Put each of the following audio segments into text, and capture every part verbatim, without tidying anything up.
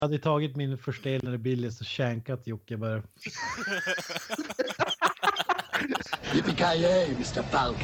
hade tagit min förstelnade Billys och känkat Jocke bara. Yippee-ki-yay, mister Falcon.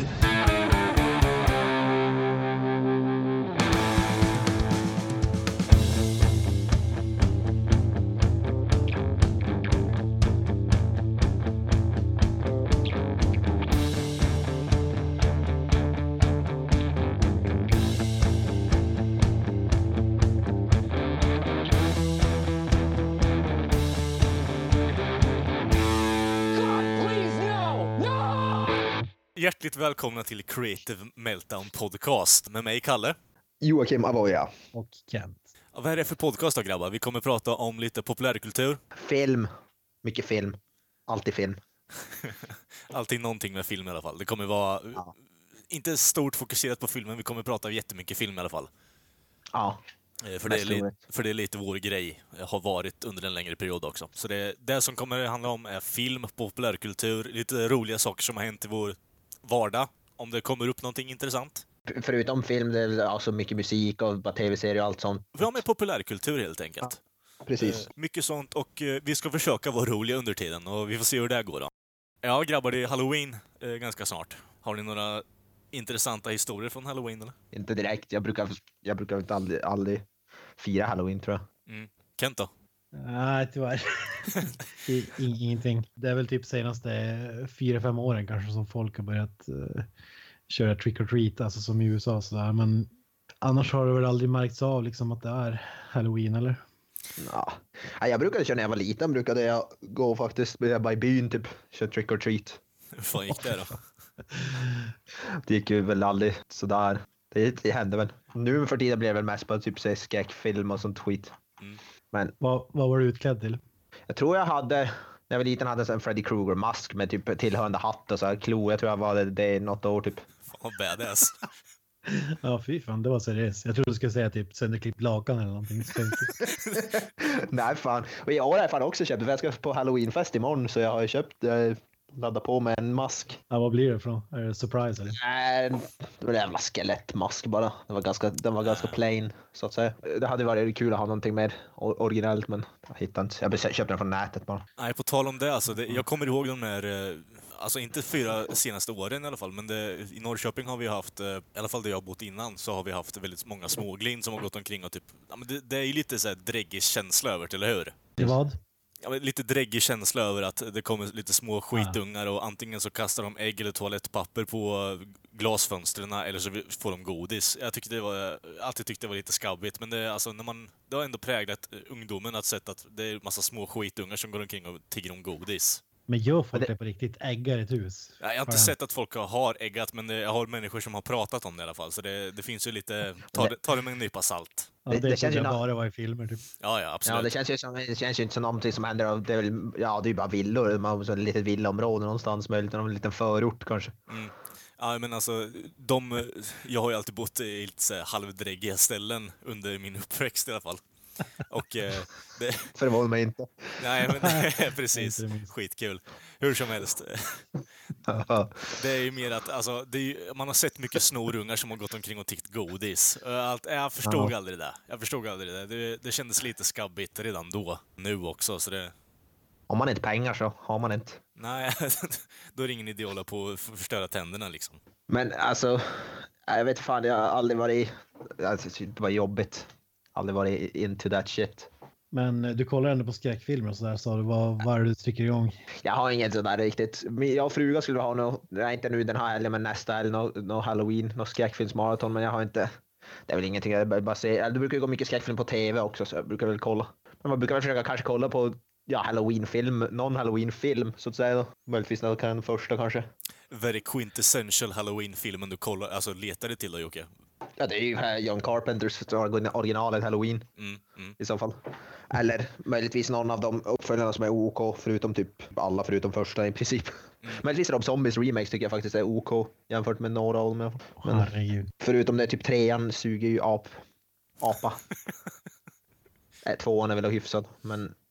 Hjärtligt välkomna till Creative Meltdown Podcast med mig, Kalle. Joakim Avoya. Och Kent. Ja, vad är det för podcast då, grabbar? Vi kommer prata om lite populärkultur. Film. Mycket film. Alltid film. Alltid någonting med film i alla fall. Det kommer vara ja. inte stort fokuserat på filmen. Vi kommer prata jättemycket film i alla fall. Ja. För det, är li- för det är lite vår grej. Har varit under en längre period också. Så det, det som kommer att handla om är film, populärkultur, lite roliga saker som har hänt i vår vardag, om det kommer upp någonting intressant. Förutom film, det är alltså mycket musik och bara tv-serier och allt sånt. Vi har med populärkultur helt enkelt. Ja, precis. Eh, mycket sånt, och eh, vi ska försöka vara roliga under tiden, och vi får se hur det går då. Ja, grabbar, det är Halloween eh, ganska snart. Har ni några intressanta historier från Halloween, eller? Inte direkt. Jag brukar, jag brukar inte aldrig, aldrig fira Halloween, tror jag. Mm. Kent då? Nej, tyvärr. Ingenting. Det är väl typ senaste fyra, fem åren kanske som folk har börjat uh, köra trick or treat, alltså som i U S A och sådär. Men annars har det väl aldrig märkts av liksom att det är Halloween, eller? Ja. Jag brukade köra när jag var liten, brukade jag gå faktiskt bara i byn typ, köra trick or treat. Hur fan gick det då? Det gick ju väl aldrig sådär. Det, det hände väl. Nu för tiden blev det väl mest på typ skräckfilm och sånt skit. Mm. Men vad, vad var du utklädd till? Jag tror jag hade, när jag var liten hade jag en Freddy Krueger-mask med typ tillhörande hatt och så här klo. Jag tror jag var det, det något år typ. Fan, badass. Ja, fy fan, det var seriöst. Jag trodde du skulle säga typ sönderklippt lakan eller någonting. Nej, fan. Och i år har jag fan också köpt, för jag ska på Halloweenfest imorgon, så jag har ju köpt, jag laddar på med en mask. Ja, vad blir det från? Är det surprise eller? Nej, det var en jävla skelettmask bara. Den var ganska, den var ganska plain, så att säga. Det hade varit kul att ha någonting mer originellt, men jag hittade inte. Jag köpte den från nätet bara. Nej, på tal om det, alltså, det, jag kommer ihåg de där, alltså inte fyra senaste åren i alla fall, men det, i Norrköping har vi haft, i alla fall där jag har bott innan, så har vi haft väldigt många småglin som har gått omkring och typ, ja, men det, det är ju lite så här dräggig känsla över, eller hur? Det vad? Ja, men lite dräggig känsla över att det kommer lite små skitungar och antingen så kastar de ägg eller toalettpapper på glasfönstren eller så får de godis. Jag tyckte det var, alltid tyckte det var lite skabbigt, men det, alltså, när man, det har ändå präglat ungdomen att sett att det är massa små skitungar som går omkring och tigger om godis. Men gör folk det på riktigt? Äggar ett hus? Ja, jag har inte har sett att folk har äggat, men jag har människor som har pratat om det i alla fall. Så det, det finns ju lite, ta det, ta det med en nypa salt. Ja, det, det, det känns ju bara var i filmer typ. Ja, ja, absolut. Ja, det känns ju som, det känns ju inte som någonting som händer. Det är väl, ja, det är ju bara villor. Man har ett litet villaområde någonstans, möjligt en liten förort kanske. Mm. Ja, men alltså, de, jag har ju alltid bott i lite så här halvdräggiga ställen under min uppväxt i alla fall. Och eh, det... Förvånar mig inte. Nej, men precis. Skitkul. Hur som helst. Det är ju mer att, alltså, det är ju, man har sett mycket snorungar som har gått omkring och tyckt godis. Allt, jag förstod ja. aldrig det. Jag förstod aldrig det. det. Det kändes lite skabbigt redan då. Nu också, så det... Om man inte pengar så har man inte. Nej, då är det ingen idé att hålla på att förstöra tänderna liksom. Men alltså, jag vet fan, jag har aldrig varit... Alltså, det var jobbigt. Aldrig varit into that shit. Men du kollar ändå på skräckfilmer och sådär, så vad, vad är det du trycker igång? Jag har inget sådär riktigt. Jag och frugan skulle ha något, nej, inte nu den här helgen, men nästa eller något no Halloween, något skräckfilmsmaraton, men jag har inte, det är väl ingenting, jag bara se, eller det brukar ju gå mycket skräckfilm på tv också, så jag brukar väl kolla. Men man brukar väl försöka kanske kolla på, ja, Halloween-film, någon Halloween-film, så att säga då. Möjligtvis den första kanske. Very quintessential Halloween-filmen du kollar, alltså letar det till då, Jocke? Ja, det är ju John Carpenters originalet Halloween mm, mm. i så fall. Eller möjligtvis någon av de uppföljarna som är OK, förutom typ alla förutom första i princip. Mm. Möjligtvis Rob Zombies remakes tycker jag faktiskt är OK jämfört med några av dem. Men herregud. Förutom det typ trean suger ju ap, apa. äh, tvåan är väl hyfsad, men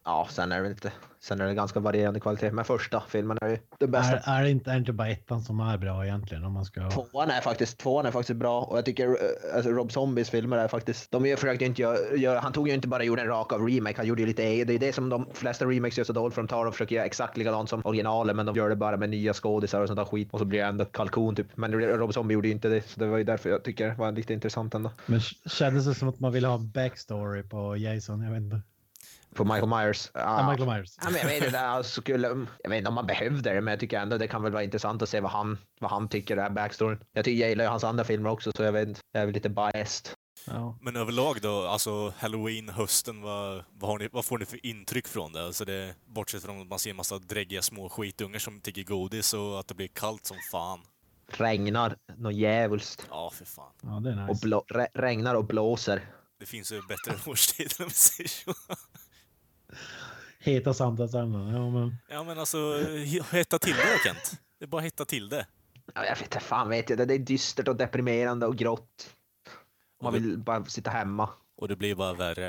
Ja, sen är det inte. Sen är det ganska varierande kvalitet. Men första filmen är ju den bästa. Är, är, det inte, är det inte bara ettan som är bra egentligen? Om man ska... Tvåan är faktiskt, tvåan är faktiskt bra. Och jag tycker uh, alltså Rob Zombies filmer är faktiskt... De är, försökte inte göra, gör, han tog ju inte bara gjorde en rak av remake. Han gjorde ju lite eget. Det är det som de flesta remakes gör så dåligt. För de tar och försöker göra exakt likadant som originalen. Men de gör det bara med nya skådisar och sånt där skit. Och så blir det ändå kalkon typ. Men Rob Zombie gjorde ju inte det. Så det var ju därför jag tycker det var lite intressant ändå. Men kändes det som att man ville ha en backstory på Jason? Jag vet inte. På Michael Myers. Ja, Ja, Michael Myers. Ja, men jag vet inte, alltså, skulle, jag vet inte om man behövde det, men jag tycker ändå det kan väl vara intressant att se vad han, vad han tycker är backstoryn. Jag tycker jag gillar ju hans andra filmer också, så jag vet inte, jag är väl lite biased. Ja. Men överlag då, alltså Halloween, hösten, vad, vad, har ni, vad får ni för intryck från det? Alltså det? Bortsett från att man ser en massa dräggiga små skitungar som tigger godis och att det blir kallt som fan. Regnar något djävulskt. Ja, för fan. Ja, det är nice. Och blå, re, regnar och blåser. Det finns ju bättre årstider om vi säger så. Heta samtalsämnen, ja men... Ja, men alltså, hetta till det då, Kent. Det är bara hetta till det. Ja, jag vet inte, fan vet jag, det är dystert och deprimerande och grått. Man vill bara sitta hemma. Och det blir bara värre.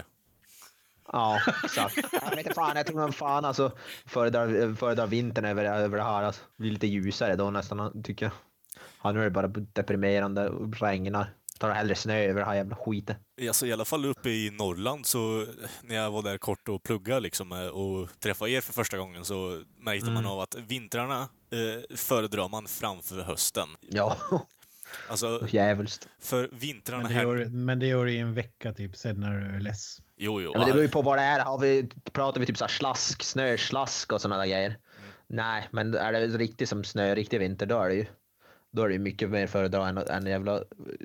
Ja, exakt. Jag vet inte fan, jag tror nog fan alltså föredrar, föredrar vintern över, över det här. Alltså. Det blir lite ljusare då nästan, tycker jag. Ja, nu är det bara deprimerande och regnar. Tar hellre snö över det här jävla skiten. Alltså, i alla fall uppe i Norrland, så när jag var där kort och pluggade liksom, och träffade er för första gången, så märkte mm. man av att vintrarna eh, föredrar man framför hösten. Ja. Alltså, jävulst. För vintrarna men det, gör, här... men det gör det i en vecka typ, sen när du är less. Jo, jo. Ja, men det beror ju på vad det är. Har vi, pratar vi typ så här slask, snöslask och sådana där grejer? Mm. Nej, men är det riktigt som snö, riktig vinter, då är det ju Då är det mycket mer föredra än, än jävla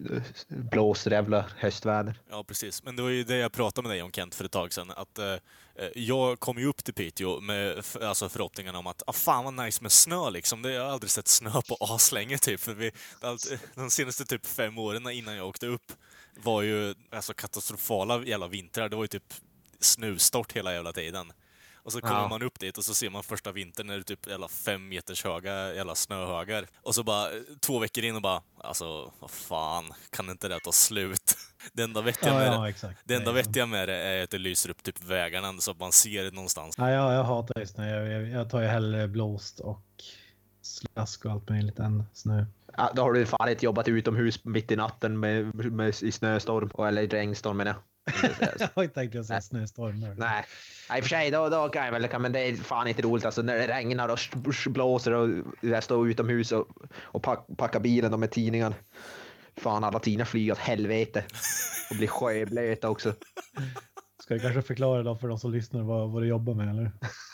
blås, jävla höstväder. Ja, precis. Men det var ju det jag pratade med dig om, Kent, för ett tag sedan. Att eh, jag kom ju upp till Piteå med alltså, förhoppningen om att ah, fan vad nice med snö liksom. Det, jag har aldrig sett snö på aslänge typ. För vi, allt, de senaste typ fem åren innan jag åkte upp var ju alltså, katastrofala jävla vintrar. Det var ju typ snustort hela jävla tiden. Och så kommer ja. man upp dit och så ser man första vintern när det är typ jävla fem meters höga jävla snöhögar. Och så bara två veckor in och bara, alltså vad fan, kan inte det ta slut? Det enda vettiga med, ja, ja, det, det, enda vettiga med det är att det lyser upp typ vägarna så att man ser det någonstans. Ja, jag, jag hatar just snö. Jag, jag, jag tar ju hellre blåst och slask och allt möjligt än snö. Ja, då har du fan inte jobbat utomhus mitt i natten med, med, i snöstorm, eller regnstorm menar jag. Jag har inte tänkt att säga snöstorm. Nej. Nej, i och för sig då, då kan jag väl, men det är fan inte roligt alltså när det regnar och blåser och jag står utomhus och, och pack, packar bilen med tidningar. Fan, alla tidningar flyger åt helvete och blir sjöblöta också. Ska du kanske förklara då för de som lyssnar vad, vad du jobbar med, eller?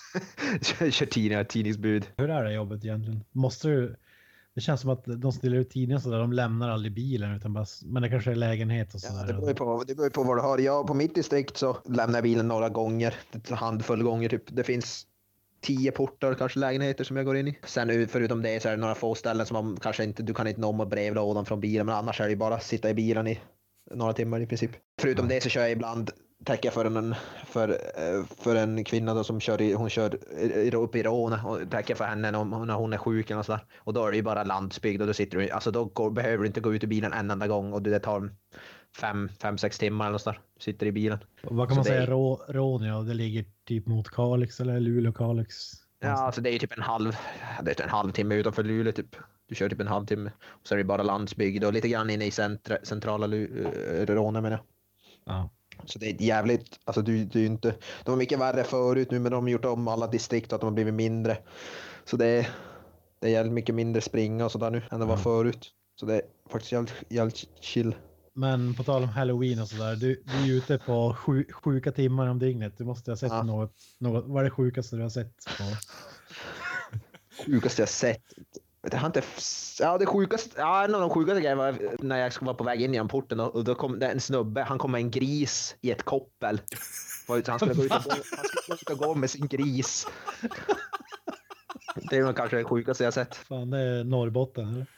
Kör tidningar, tidningsbud. Hur är det jobbet egentligen? Måste du... Det känns som att de som delar ut tidningar så där, de lämnar aldrig bilen utan bara, men det kanske är lägenhet och så ja, där. Det beror på, det beror på vad du har. Jag på mitt distrikt så lämnar jag bilen några gånger, en handfull gånger typ. Det finns tio portar, kanske lägenheter som jag går in i. Sen förutom det så är det några få ställen som man kanske inte, du kan inte nå med brevlådan från bilen, men annars är det ju bara att sitta i bilen i några timmar i princip. Förutom mm. det så kör jag ibland täcker för en för för en kvinna då som kör i, hon kör upp i Råne och täcker för henne när hon är sjuk eller så där. Och då är det ju bara landsbygd och då sitter du alltså då går, behöver du inte gå ut i bilen en enda gång och det tar fem fem sex timmar eller så där. Du sitter i bilen. Och vad kan så man säga är... Rå, Råne, ja, det ligger typ mot Kalix eller Luleå Kalix. Ja, alltså det är ju typ en halv det är en halv timme utanför Luleå typ. Du kör typ en halvtimme och så är det bara landsbygd och lite grann inne i centra, centrala Råne menar jag. Ja. Så det är jävligt, alltså du, du är inte, de var mycket värre förut nu men de har gjort om alla distrikt och att de har blivit mindre. Så det är, det är jävligt mycket mindre springa och sådär nu än det var förut. Så det är faktiskt jävligt, jävligt chill. Men på tal om Halloween och sådär, du, du är ute på sju, sjuka timmar om dygnet. Du måste ha sett ja. något, något, vad är det sjukaste du har sett? På? Sjukaste jag har sett? Det har inte, ja, det sjukaste, ja, en av de sjukaste grejerna var när jag skulle vara på väg in genom porten och, och då kom det en snubbe, han kom med en gris i ett koppel. Han skulle gå ut och gå, han skulle gå, ut och gå med sin gris. Det är nog kanske det sjukaste jag sett. Fan, det är Norrbotten, eller?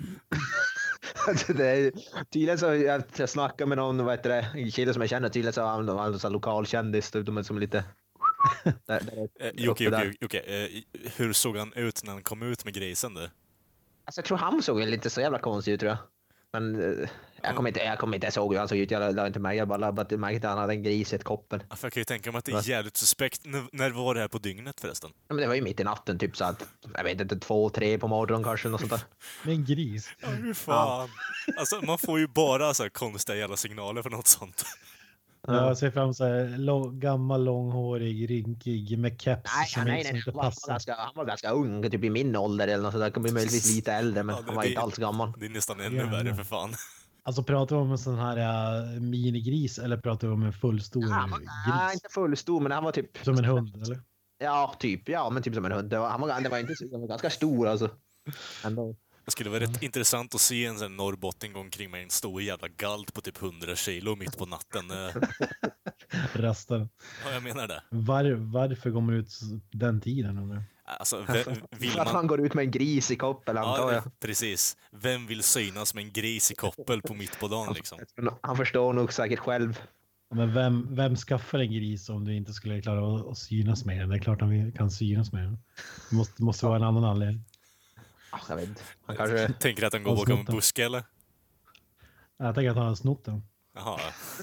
Det är, tydligen så jag, jag snackar med någon, vad heter det, kille som jag känner, tydligen så är han en lokalkändis, de är som lite... där, där, eh, Jocke, Jocke, Jocke, eh, hur såg han ut när han kom ut med grisen då? Alltså, jag tror han såg lite så jävla konstig ut, tror jag. Men uh, jag kommer inte, jag kommer inte ihåg hur han såg ut. Jag la inte märke, jag bara la märke att han hade en gris i ett koppel. Ja, för jag kan ju tänka mig att det är jävligt suspekt. N- när var det här på dygnet förresten? Ja, men det var ju mitt i natten, typ så att jag vet inte, två, tre på morgonen kanske, något sånt där. Med en gris. Ja, hur fan. Alltså, man får ju bara så här konstiga jävla signaler för något sånt. Ja, jag ser fram så här lång, gammal, långhårig, rynkig med keps Nej, som, nej, som nej. inte Han var, passar. ganska, han var ganska ung, typ i min ålder eller något sånt där. Kan bli möjligtvis lite äldre, men Ja, det- han var det- inte alls gammal. Det är nästan ännu Jävlar. värre för fan. Alltså pratar vi om en sån här äh, minigris eller pratar vi om en fullstor Ja, han var, nej, gris? inte full stor, men han var typ... Som en hund eller? Ja, typ. Ja, men typ som en hund. Det var, han var, det var inte så- han var ganska stor alltså. Ändå. Det skulle vara rätt intressant att se en sån här norrbotten gå omkring med en stor jävla galt på typ hundra kilo mitt på natten. Eh, Rasten. Ja, jag menar det. Var, varför går man ut den tiden? Undrar? Alltså, vem, vill För att man... han går ut med en gris i koppel, antar Ja, jag. precis. Vem vill synas med en gris i koppel på mitt på dagen liksom? Han förstår nog säkert själv. Men vem, vem skaffar en gris om du inte skulle klara att, att synas med den? Det är klart att vi kan synas med den. Det måste, måste vara en annan anledning. Ah, jag vet inte. Han kanske... Tänker att han går Har bakom en snott den. buske eller? Jag tänker att han har snott den. Jaha.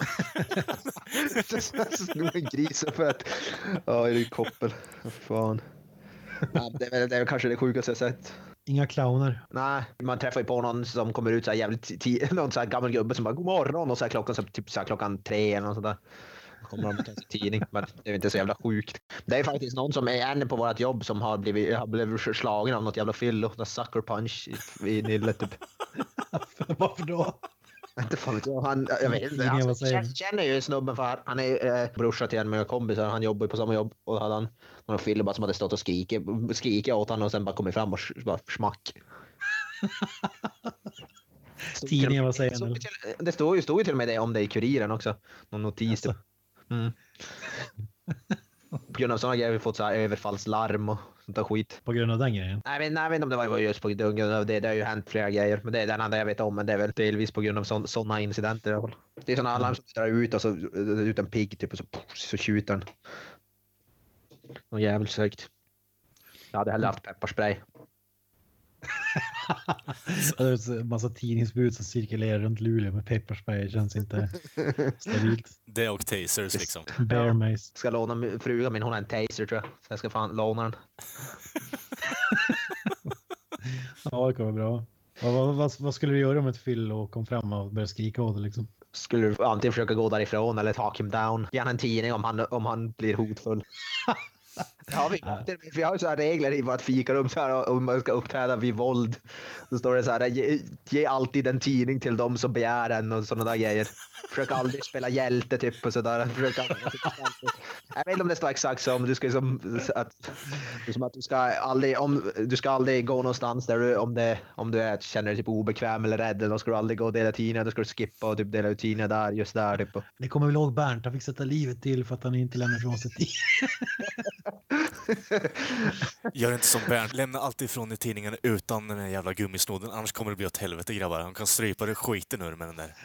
Snor en gris för att... Ja, i koppel. Vad fan. Ja, det, är, väl- det är kanske det sjukaste jag sett. Inga clowner. Nej, man träffar ju på någon som kommer ut så här jävligt ti- någon så här gammal gubbe som bara god morgon och så här klockan så typ så här klockan tre eller något sånt där. Kommer de och tar sin tidning, men det är inte så jävla sjukt. Det är faktiskt någon som är en på vårt jobb som har blivit, har blivit slagen av något jävla fyllo, något sucker punch i, i nyllet typ. Varför då? Inte fan vet jag. Han, jag vet inte, Ingen, vad han säger känner, känner ju snubben för han är eh, brorsa till en med kompisar. Han jobbar ju på samma jobb och hade han någon fyllo bara som hade stått och skrikit, skrikit åt honom och sen bara kommit fram och sh- bara smack. Tidningen, vad säger det, stod den? ju till, det står ju, stod ju till och med det om det i Kuriren också. Någon notis. Typ. Mm. På grund av sådana grejer har vi fått så här överfallslarm och sånt där skit. På grund av den grejen? Nej, men, nej, jag vet inte om det var just på grund av det. Det har ju hänt flera grejer. Men det är den enda jag vet om. Men det är väl delvis på grund av sådana incidenter i alla fall. Det är sådana alarm som drar ut och så ut en pigg typ och så, så skjuter den. Något jävligt sökt. Jag hade hellre haft pepparspray. Det är en massa tidningsbud som cirkulerar runt Luleå med pepparspray. Det känns inte stabilt. Det och tasers liksom. Bear mace. Ska låna min- frugan min, hon har en taser tror jag. Så jag ska fan låna den. Ja, det kommer bra. Vad, vad, vad, vad skulle du göra om ett fyllo kom fram och började skrika åt det liksom? Skulle du antingen försöka gå därifrån eller talk him down. Gärna en tidning om han, om han blir hotfull. Ja, vi, vi har ju så här regler i vårt fikarum så här, om man ska uppträda vid våld. Då står det så här, ge, ge alltid en tidning till dem som begär en och sådana där grejer. Försök aldrig spela hjälte typ och sådär. Försök aldrig, jag vet inte om det står exakt så, men du ska som att, som att du ska aldrig, om, du ska aldrig gå någonstans där du, om, det, om du är, känner dig typ obekväm eller rädd, då ska du aldrig gå och dela tidningar, då ska du skippa och typ dela ut tidningar där, just där typ. Det kommer väl ihåg Bernt, han fick sätta livet till för att han inte lämnar ifrån sig tid. Gör inte som Bernt. Lämna alltid ifrån i tidningen utan den här jävla gummisnodden. Annars kommer det bli åt helvete grabbar. Han kan strypa det skiten ur med den där.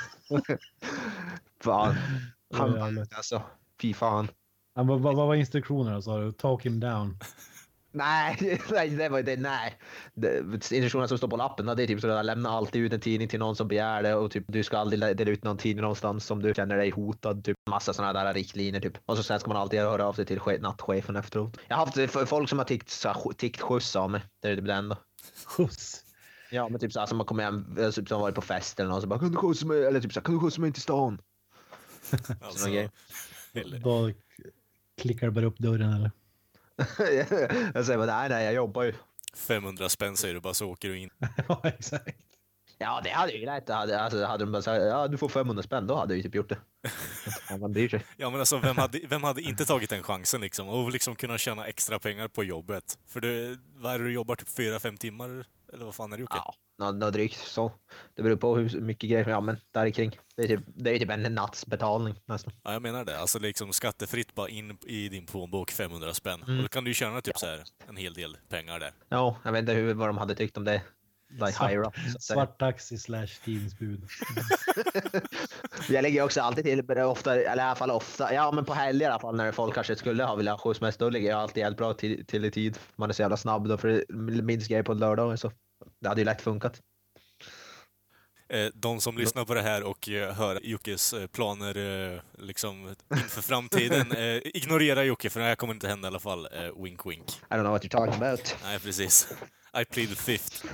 Fan. Han, Ja, jävlar. alltså, fy fan. Han, vad, vad var instruktionerna sa du? Talk him down. Nej, nej, det var det, nej. Det, instruktionerna som står på lappen, det är typ sådär, lämna alltid ut en tidning till någon som begär det och typ du ska aldrig dela ut någon tidning någonstans som du känner dig hotad, typ massa sådana där riktlinjer typ. Och så sen ska man alltid höra av sig till che- nattchefen efteråt. Jag har haft f- folk som har tyckt, så här, tyckt skjuts av mig, det är typ det enda. Skjuts. Ja, men typ såhär som man kommer hem, eh, typ som varit på fest eller någon så bara kan du skjutsa mig, eller typ såhär kan du skjutsa mig in till stan? Alltså, Såna grejer. eller- Då klickar du bara upp dörren eller? Jag säger bara nej, nej, jag jobbar ju. femhundra spänn säger du bara så åker du in. Ja, exakt. Ja, det hade ju rätt. Hade, alltså, hade de bara sagt ja, du får femhundra spänn, då hade jag ju typ gjort det. Ja, man bryr sig. Ja men alltså vem hade, vem hade inte tagit den chansen liksom? Och liksom kunna tjäna extra pengar på jobbet. För det, vad är det du jobbar typ fyra fem timmar? Eller vad fan är det Jocke? Ja, något, något drygt så. Det beror på hur mycket grejer, ja men där kring. Det är typ, det är typ en nattsbetalning nästan. Ja, jag menar det. Alltså liksom skattefritt bara in i din plånbok femhundra spänn. Mm. Och då kan du ju tjäna typ så här en hel del pengar där. Ja, jag vet inte hur, vad de hade tyckt om det. Like Svart- higher up. Så att säga. Svart taxi slash tidningsbud. Jag lägger också alltid till, ofta, eller i alla fall ofta, ja men på helger i alla fall när folk kanske skulle ha velat skjuts mest, då lägger jag alltid helt bra till, till i tid. Man är så jävla snabb då, för det minns grejer på lördag så det hade ju lätt funkat. Eh, de som lyssnar på det här och eh, hör Jockes eh, planer eh, liksom inför framtiden, eh, ignorera Jocke, för det här kommer inte hända i alla fall. Eh, wink wink. I don't know what you're talking about. Nej, precis. I plead the fifth.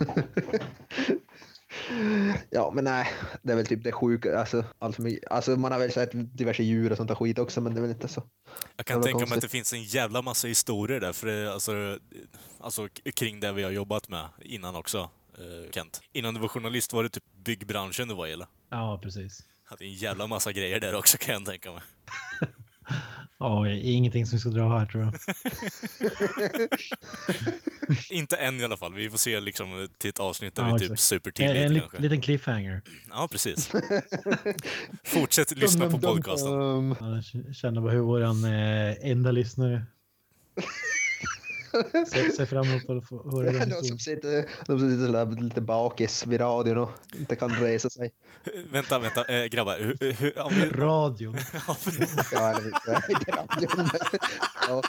Ja, men nej, det är väl typ det sjuka, alltså, allt för mycket. Alltså man har väl sett diverse djur och sånt där skit också, men det är väl inte så. Jag kan Det var tänka mig konstigt. att det finns en jävla massa historier där, för det, alltså, alltså k- kring det vi har jobbat med innan också, eh, Kent. Innan du var journalist var det typ byggbranschen du var i, eller? Ja, precis. Hade en jävla massa grejer där också, kan jag tänka mig. Ja, ingenting som vi ska dra här tror jag. Inte än i alla fall. Vi får se liksom till ett avsnitt där Ja, vi typ exakt. supertidigt En, en li- kanske. liten cliffhanger. Ja, precis. Fortsätt lyssna på podcasten. Um, Jag k- känner bara hur våran eh, enda lyssnare ser, ser fram emot att få höra den de som historien. sitter, de som sitter där lite bakis vid radion och inte kan resa sig. Vänta, vänta, eh, grabbar. Hur, hur, om vi, Radion. ja, för- Ja, eller inte radion. Ja,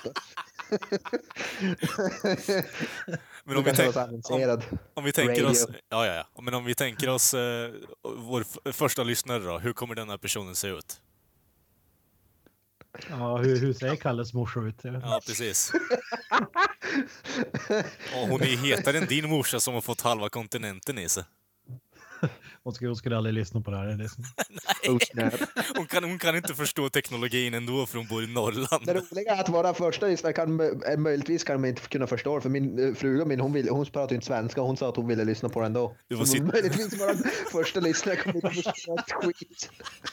men om vi, det kan tänk, vara om, avancerad. om vi tänker radio. oss... Ja, ja, ja. Men om vi tänker oss eh, vår f- första lyssnare då. Hur kommer denna personen se ut? Ja, hur, hur ser Kalles morsa ut? Jag vet inte. Ja, precis. Och hon är hetare än din morsa som har fått halva kontinenten i sig. Hon skulle, hon skulle aldrig lyssna på det här. Det är som... Oh, snap. Hon kan, hon kan inte förstå teknologin ändå, för hon bor i Norrland. Det roliga är att våra första lyssnare kan eh, möjligtvis kan man inte kunna förstå det, för min eh, fruga min, hon, vill, hon pratar ju inte svenska, hon sa att hon ville lyssna på den då. Du får Så sitta- möjligtvis våra första lyssnare kommer inte förstå ett skit.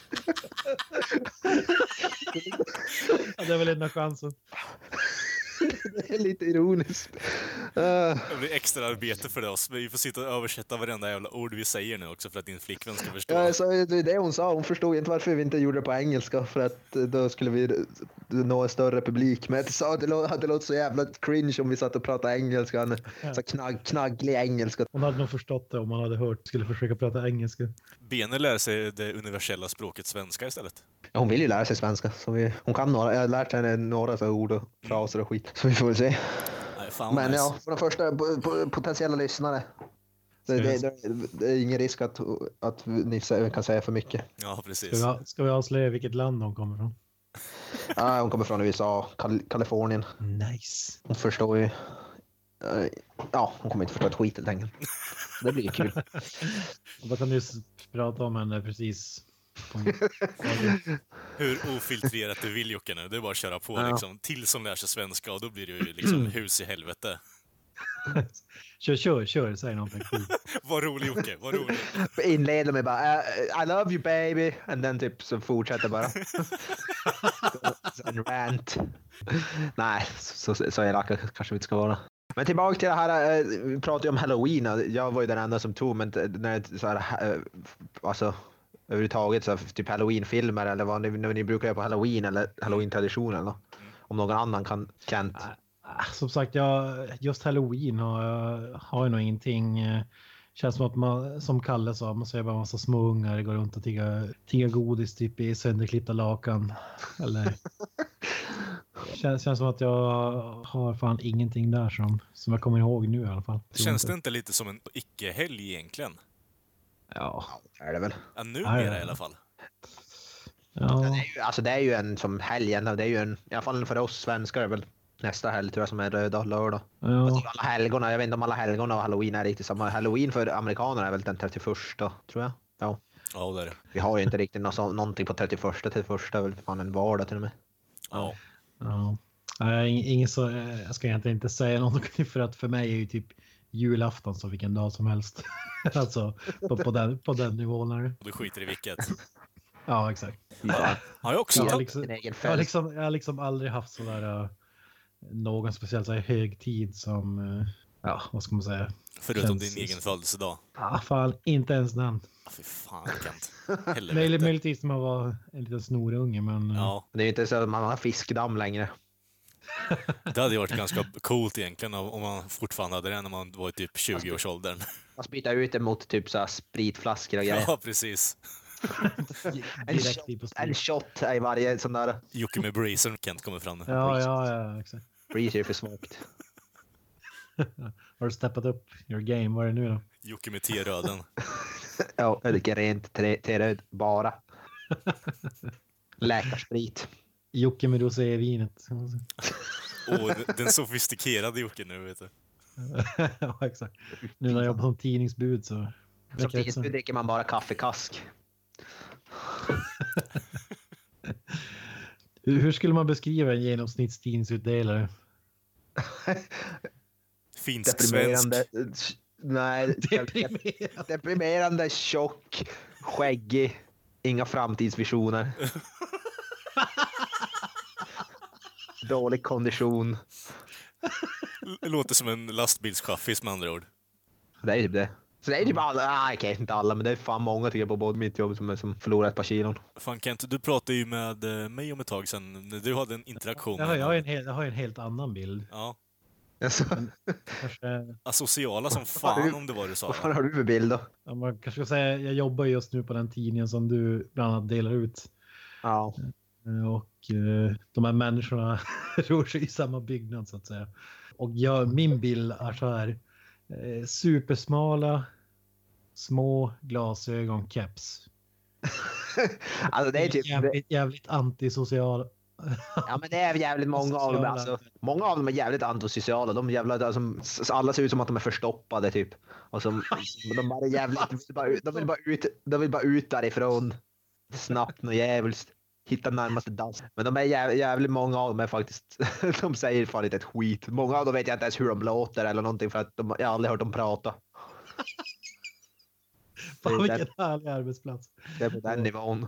Ja, det är väl enda chansen. Det är lite ironiskt. Uh, Det blir extra arbete för oss. Vi får sitta och översätta varenda jävla ord vi säger nu också för att din flickvän ska förstå. ja, så det är det hon sa, hon förstod inte varför vi inte gjorde det på engelska, för att eh, då skulle vi nå en större publik. Men jag sa att det, lå- det låter så jävla cringe om vi satt och pratade engelska, en så knagg, knagglig engelska. Hon hade nog förstått det om man hade hört skulle försöka prata engelska. Bene lär sig det universella språket svenska istället. Ja, hon vill ju lära sig svenska, så vi, hon kan några, jag har lärt henne några så här ord och fraser och skit. Så vi får väl se. Nej, fan vad Men nice. ja, för de första po- po- potentiella lyssnare. Det, det, det, det är ingen risk att, att ni sä- kan säga för mycket. Ja, Ska precis. vi, ha- ska vi avslöja vilket land hon kommer från? Ah, hon kommer från U S A, Kal- Kalifornien. Nice. Hon förstår ju... eh, ja, hon kommer inte förstå ett skit helt enkelt. Det blir kul. Vad kan du s- prata om henne precis? På, Hur ofiltrerat du vill, Jocke, nu. Det är bara att köra på Ja. liksom, tills hon lär sig svenska, och då blir det ju liksom hus i helvete. kör, kör, kör, säg någonting sjukt. Vad rolig, Jocke, vad rolig. Inleder med bara uh, I love you baby. And then typ så fortsätter bara. En rant. Nej, så, så, så elaka kanske vi inte ska vara. Men tillbaka till det här, eh, vi pratade ju om Halloween. Jag var ju den enda som tog, men t- när det så här, eh, alltså överhuvudtaget så här, typ Halloween-filmer eller vad ni, när ni brukar göra på Halloween eller Halloween-traditionen då. Om någon annan kan, Kent. Ah, Som sagt, jag, just Halloween har jag, har jag nog ingenting. eh, Känns som att man, som Kalle sa, man ser bara en massa små ungar går runt och tigga, tigga godis typ i sönderklippta lakan. Eller... Känns, känns som att jag har fan ingenting där som, som jag kommer ihåg nu i alla fall. Tror Känns inte. det inte lite som en icke-helg egentligen? Ja. Är det väl? Ja, numera Ja, ja. i alla fall. Ja. Det är ju, alltså det är ju en som helgen, det är ju en, i alla fall för oss svenskar är väl nästa helg tror jag som är röda lördag. Ja. Alla helgona, jag vet inte om alla helgona och Halloween är riktigt samma. Halloween för amerikaner är väl den trettioförsta, tror jag. Ja. Ja, det är det. Vi har ju inte riktigt något, så- någonting på trettioförsta, trettioförsta är väl fan en vardag till och med. Ja. Ja. Nej, ing- ingen så, eh, jag ska egentligen inte säga någonting för att för mig är ju typ julafton så vilken dag som helst. Alltså på, på, den, på den nivån är det. Och du skiter i vilket. Ja, exakt. Ja. Har jag också Jag har tagit... liksom, Din egen jag har fest. liksom, jag har liksom aldrig haft sådär uh, någon speciell så här, högtid som, uh, ja vad ska man säga? Förutom Känns- din egen födelsedag. Ah, fan, inte ens den. Ah, fy fan, Kent. Möjligt, Helvete. möjligtvis när man var en liten snorunge men uh, Ja, Det är ju inte så att man har fiskdamm längre. det hade ju varit ganska coolt egentligen om man fortfarande hade det när man var i typ tjugo-årsåldern. Man spyttar ut det mot typ så här spritflaskor och grejer. Ja, precis. En direkt shot, in på en sprit. shot i varje sån där Jocke med Breezer, Kent kommer fram nu. Ja, ja, ja, exakt. breezer för smokt. Har du steppat upp your game? Vad är det nu då? Jocke med T-röden. Ja, jag dricker rent T-röd bara. Läkarsprit. Jocke med rosévinet. Och den sofistikerade Jocke nu, vet du. Ja, exakt. Nu när jag jobbar som tidningsbud så... Som tidningsbud dricker man bara kaffekask. Hur skulle man beskriva en genomsnittstidningsutdelare? Finsk svensk. Nej, Deprimerande. deprimerande, tjock, skäggig, inga framtidsvisioner. Dålig kondition. Låter som en lastbilschaffis med andra ord. Det är typ det. Så det är typ alla, nej okej, inte alla, men det är fan många tycker jag på både mitt jobb som, som förlorar ett par kilon. Fan Kent, du pratade ju med mig om ett tag sedan. Du hade en interaktion. Jag har, jag har, en, helt, jag har en helt annan bild. Ja. Alltså, Kanske, Asociala som fan om det var du sa. vad fan har du för bild då? ja, man kanske ska säga, jag jobbar just nu på den tidningen som du bland annat delar ut. Ja. Och eh, de här människorna rör sig i samma byggnad så att säga. Och jag, min bild är så här. Eh, supersmala, små glasögon, keps. Alltså det är typ... Jävligt, jävligt antisocial. Ja men det är jävligt många av dem alltså. Många av dem är jävligt antisociala. De jävla, alltså, alla ser ut som att de är förstoppade typ. Och som, de bara är jävligt... De vill bara, de vill bara, ut, de vill bara ut därifrån. Snabbt och jävligt. Hitta närmaste dans. Men de är jävligt, jävligt många av dem är faktiskt... De säger fan inte ett skit. Många av dem vet jag inte ens hur de låter eller någonting för att de, jag har aldrig hört dem prata. Fan vilken härlig arbetsplats. Det är på den nivån.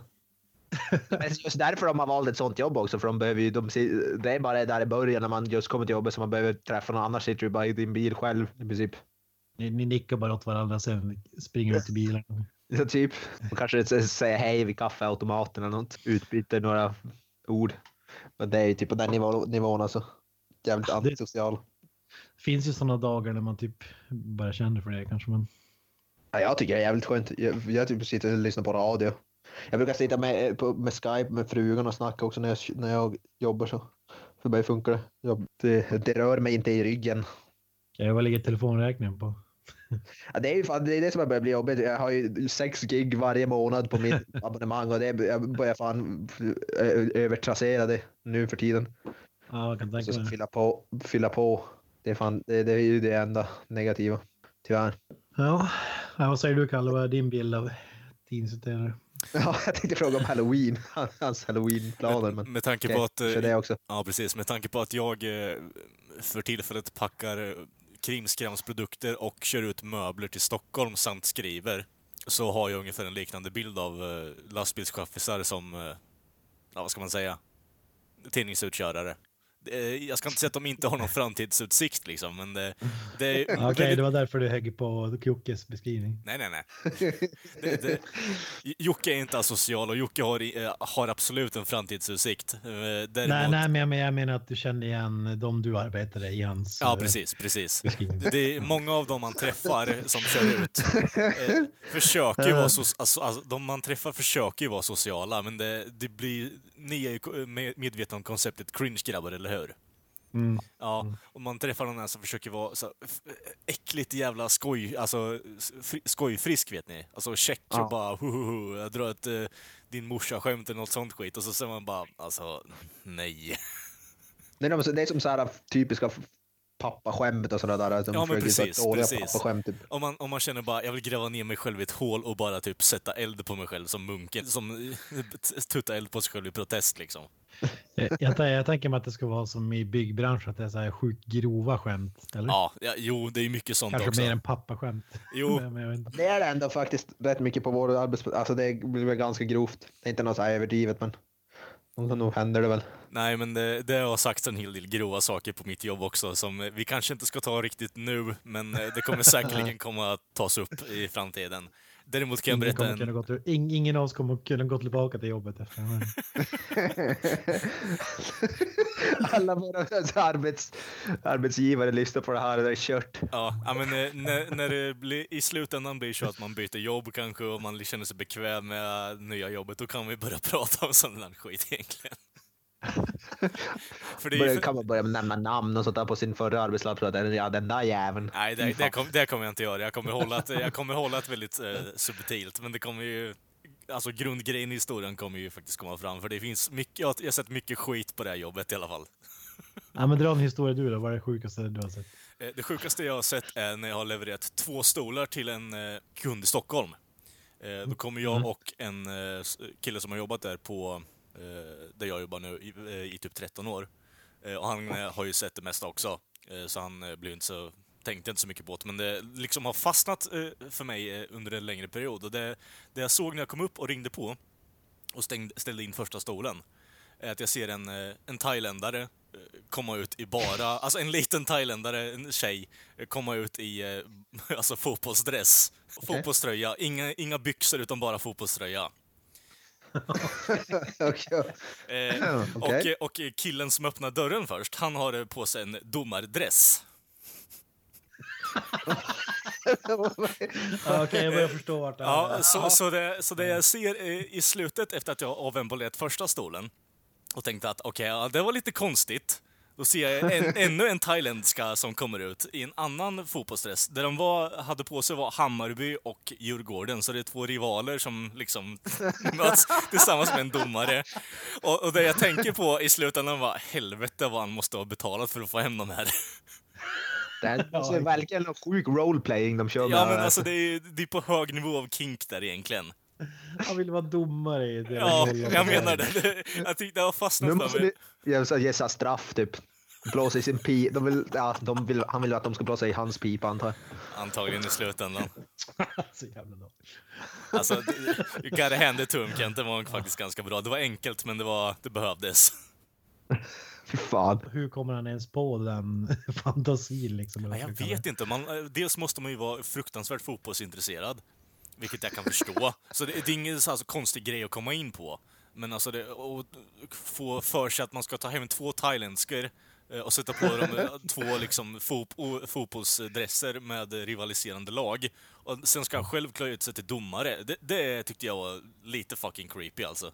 Men just därför de har valt ett sånt jobb också. För de behöver ju, de, det är bara där i början när man just kommer till jobbet som man behöver träffa någon. Annars sitter du bara i din bil själv i princip. Ni, ni nickar bara åt varandra sen springer ut i bilen. Så typ, man kanske säger hej vid kaffeautomaten eller något. Utbyter några ord. Men det är ju typ på den nivån, nivån alltså. Jävligt det antisocial. Finns ju sådana dagar när man typ bara känner för det kanske. Men... Ja, jag tycker det är jävligt skönt. Jag, jag typ sitter och lyssnar på radio. Jag brukar sitta med, på, med Skype med frugan och snacka också när jag, när jag jobbar så. För mig funkar det. Jag, det. Det rör mig inte i ryggen. Jag vad ligger telefonräkningen på? Ja, det är ju fan, det är det som har börjat bli jobbigt. Jag har ju sex gig varje månad på mitt abonnemang och det är, jag börjar fan övertrassera det nu för tiden. Ja, jag kan tänka så mig. Fylla på, fylla på. Det är, fan, det, det är ju det enda negativa, tyvärr. Ja, ja vad säger du Kalle? Vad är din bild av tidningsutdelare? Ja, jag tänkte fråga om Halloween, hans Halloween-planer. Men med tanke okay, på att... det också. Ja, precis. Med tanke på att jag för tillfället packar krimskramsprodukter och kör ut möbler till Stockholm samt skriver, så har jag ungefär en liknande bild av lastbilschaffisar som, ja vad ska man säga, tidningsutkörare. Jag ska inte säga att de inte har någon framtidsutsikt liksom, men det, det är... Okej, okay, det var därför du högg på Jockes beskrivning. Nej, nej, nej. Det, det, Jocke är inte asocial och Jocke har, har absolut en framtidsutsikt. Däremot... Nej, nej, men jag menar att du kände igen de du arbetade i hans... Ja, precis, precis. Det, det är många av dem man träffar som kör ut. Eh, försöker ju vara so, alltså, alltså, de man träffar försöker ju vara sociala, men det, det blir... Ni är ju medvetna om konceptet cringe-grabbar, eller hur? Mm. Ja, och man träffar någon som försöker vara så äckligt jävla skoj, alltså skojfrisk, vet ni. Alltså check och ja. bara hu, hu, hu, jag drar ett uh, din morsa skämt eller något sånt skit och så säger man bara, alltså nej. Det är, det är som så här typiska pappaskämt och sådär där. Ja, men precis, precis. Typ. Om man, om man känner bara, jag vill gräva ner mig själv i ett hål och bara typ sätta eld på mig själv som munken, som tutta eld på sig själv i protest liksom. Jag, jag, jag tänker mig att det ska vara som i byggbranschen, att det är så här sjukt grova skämt, eller? Ja, ja jo, det är mycket sånt Kanske också. Kanske mer än pappaskämt. Jo. men det är det ändå faktiskt rätt mycket på vår arbetsplats. Alltså det blir ganska grovt. Det är inte något så här överdrivet, men nog händer det väl. Nej, men det, det har sagts en hel del grova saker på mitt jobb också som vi kanske inte ska ta riktigt nu, men det kommer säkerligen komma att tas upp i framtiden. Däremot kan jag berätta en... Kunna gå, ing, ingen av oss kommer kunna gå tillbaka till jobbet efter alla våra arbets, arbetsgivare lyssnar på det här och det är kört. Ja, men när, när det blir, i slutändan blir så att man byter jobb kanske och man känner sig bekväm med nya jobbet, då kan vi börja prata om sån där skit egentligen. För det är Börjar, för... kan man börja nämna namn och sånt där på sin förra arbetsplats? Ja, den där jäveln. Nej, det, det, kom, det kommer jag inte göra. Jag kommer hålla ett, jag kommer hålla ett väldigt eh, subtilt, men det kommer ju... Alltså grundgrejen i historien kommer ju faktiskt komma fram, för det finns mycket, jag har sett mycket skit på det här jobbet i alla fall. Ja, men dra en historia du då, vad är det sjukaste du har sett? Det sjukaste jag har sett är när jag har levererat två stolar till en eh, kund i Stockholm. Eh, då kommer jag och en eh, kille som har jobbat där på, eh, där jag jobbar nu i, i typ tretton år. Eh, och han eh, har ju sett det mesta också, eh, så han eh, blir inte så, tänkte inte så mycket på det. Men det liksom har fastnat eh, för mig eh, under en längre period. Och det, det jag såg när jag kom upp och ringde på och stängde, ställde in första stolen, är att jag ser en, eh, en thailändare komma ut i bara, alltså en liten thailändare, en tjej, komma ut i alltså fotbollsdress, okay. Fotbollströja, inga, inga byxor utan bara fotbollströja. okay. eh, okay. och, och killen som öppnar dörren först, han har på sig en domardress. Okej, okay, jag börjar förstå vart det är. Ja, så, så, det, så det jag ser i slutet efter att jag avembolerat första stolen och tänkte att okej, okay, ja, det var lite konstigt. Då ser jag en, ännu en thailändska som kommer ut i en annan fotbollsdress. Där de var, hade på sig var Hammarby och Djurgården. Så det är två rivaler som liksom möts tillsammans med en domare. Och, och det jag tänker på i slutändan var, helvete vad han måste ha betalat för att få hem de här. Det är alltså verkligen en sjuk roleplaying de kör med. Ja, men alltså det är, det är på hög nivå av kink där egentligen. Han vill vara domare i det. Ja, jag menar det. Jag tyckte det var fastnat nu måste för mig. Jag vill gissa straff, typ. Blåsa i sin pipa. De vill, ja, de vill, han vill att de ska blåsa i hans pipa, antar jag. Antagligen i slutändan. Så jävla bra. Alltså, you gotta hand it to him, Kent. Det var faktiskt ganska bra. Det var enkelt, men det, var, det behövdes. Fy fan. Hur kommer han ens på den fantasin liksom? Ja, jag vet inte. Man, dels måste man ju vara fruktansvärt fotbollsintresserad. Vilket jag kan förstå. Så det, det är ingen alltså, konstig grej att komma in på. Men alltså det, och få för sig att man ska ta hem två thailändskor och sätta på dem två liksom, fot, fotbollsdresser med rivaliserande lag. Och sen ska han själv klä ut sig till domare. Det, det tyckte jag var lite fucking creepy alltså.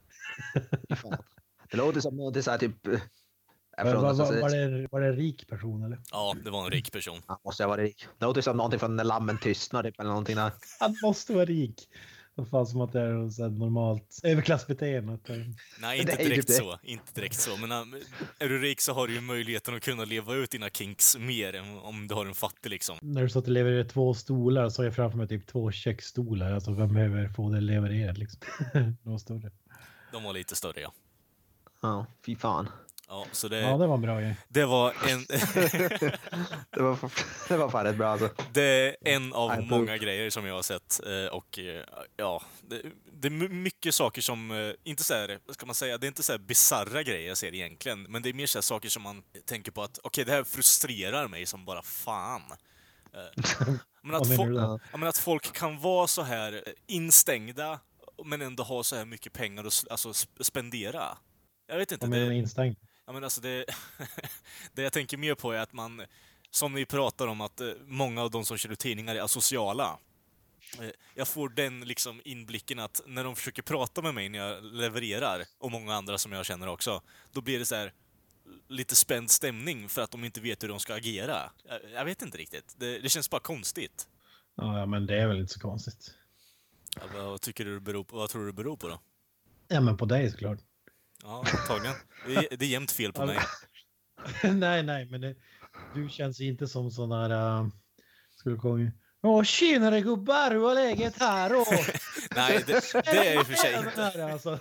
Det låter som något så här typ... Var, var, var, var, det, var det en rik person eller? Ja, det var en rik person. Han måste vara rik. Det låter som någonting från När lammen tystnar typ, eller någonting där. Han måste vara rik. Det fanns som att det är så normalt överklassbeteende. Nej, inte direkt så. Inte direkt så. Men är du rik så har du ju möjligheten att kunna leva ut dina kinks mer än om du har en fattig liksom. När du sa att du levererar två stolar så har jag framför mig typ två köksstolar. Alltså vem behöver få det levererat liksom? De var större. De var lite större, ja. Ja, fy fan. Ja, så det, ja, det var en bra grej. Det var en... det, var, det var fan rätt bra alltså. Det är en av många grejer som jag har sett. Och ja, det, det är mycket saker som, inte så här, ska man säga, det är inte så här bizarra grejer jag ser egentligen. Men det är mer så här saker som man tänker på att, okej, okay, det här frustrerar mig som bara fan. Men att, fo- ja, men att folk kan vara så här instängda men ändå ha så här mycket pengar att alltså, spendera. Jag vet inte. Vad menar du med instängd? Ja, men alltså det, det jag tänker mer på är att man, som ni pratar om, att många av de som kör tidningar är asociala. Jag får den liksom inblicken att när de försöker prata med mig när jag levererar, och många andra som jag känner också, då blir det så här lite spänd stämning för att de inte vet hur de ska agera. Jag, jag vet inte riktigt. Det, det känns bara konstigt. Ja, men det är väl inte så konstigt. Ja, vad tycker du det beror på? Vad tror du det beror på då? Ja, men på dig såklart. Ja, antagligen. Det är, det är jämt fel på mig. nej, nej, men det, du känns inte som sån där... Uh, skulle komma... Åh, tjenare gubbar, hur var läget här? Och... nej, det, det är ju för sig inte. Här, alltså.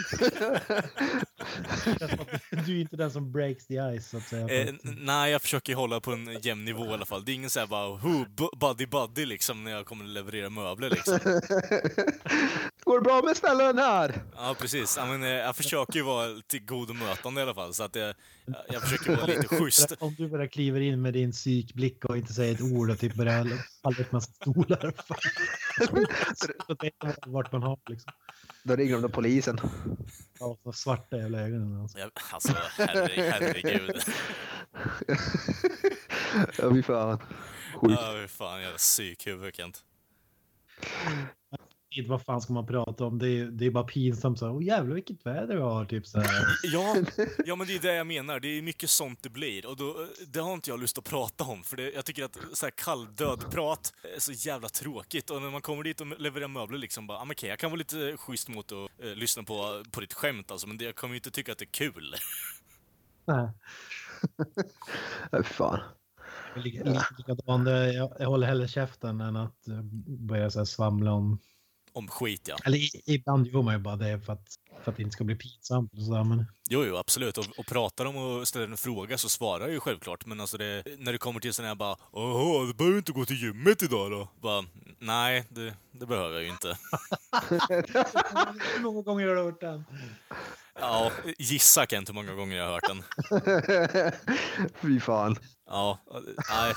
Du är inte den som breaks the ice, så att säga. Eh, nej, jag försöker hålla på en jämn nivå i alla fall. Det är ingen så här bara, who, buddy buddy liksom, när jag kommer att leverera möbler liksom. Går det bra med ställaren här? Ja, precis. Jag, men, jag försöker ju vara till god och mötande i alla fall, så att jag, jag försöker vara lite schysst. Om du bara kliver in med din psykblick och inte säger ett ord och typ börjar falla ett massa stolar. Så vet man vart man har liksom. Då ringer de polisen. Ja, så svarta jävla ögonen. Alltså, ja, alltså herre, herregud. Ja, vi fan. Sjukt. Ja, vi fan, jävla psykhuvud, Kent. Inte vad fan ska man prata om? Det är, det är bara pinsamt. Så, åh jävlar vilket väder vi har. Typ, så här. Ja, ja, men det är det jag menar. Det är mycket sånt det blir. Och då, det har inte jag lust att prata om. För det, jag tycker att så här kalldöd prat är så jävla tråkigt. Och när man kommer dit och levererar möbler liksom bara, ah, okej, jag kan vara lite schysst mot att eh, lyssna på, på ditt skämt alltså, men det, jag kommer ju inte tycka att det är kul. Nej. Fan. Likadant, jag, jag håller hellre käften än att eh, börja så här svamla om... Om skit, ja. Eller i- ibland gör man ju bara det för att, för att det inte ska bli pinsamt. Och så där, men... Jo, jo, absolut. Och, och pratar de och ställer en fråga så svarar jag ju självklart. Men alltså det, när det kommer till sån här bara, åh, du behöver inte gå till gymmet idag då? Bara, nej, det, det behöver jag ju inte. Hur många gånger har du hört den? Ja, gissa Kent hur många gånger jag har hört den. Fy fan. Ja, nej.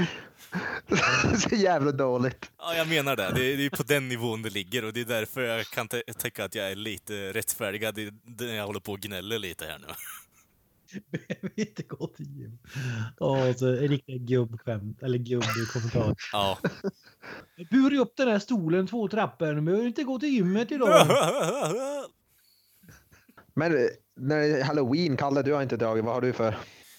Så jävla dåligt. Ja, jag menar det. Det är, det är på den nivån det ligger och det är därför jag kan t- tänka att jag är lite rättfärdigad i- när jag håller på och gnäller lite här nu. Behöver inte gå till gym. Åh, så en riktig gubbskämt. Eller gubbkommentar. Ja. Bur upp den här stolen två trappor. Du behöver inte gå till gymmet idag. Men när det är Halloween, Kalle, du har inte dragit. Vad har du för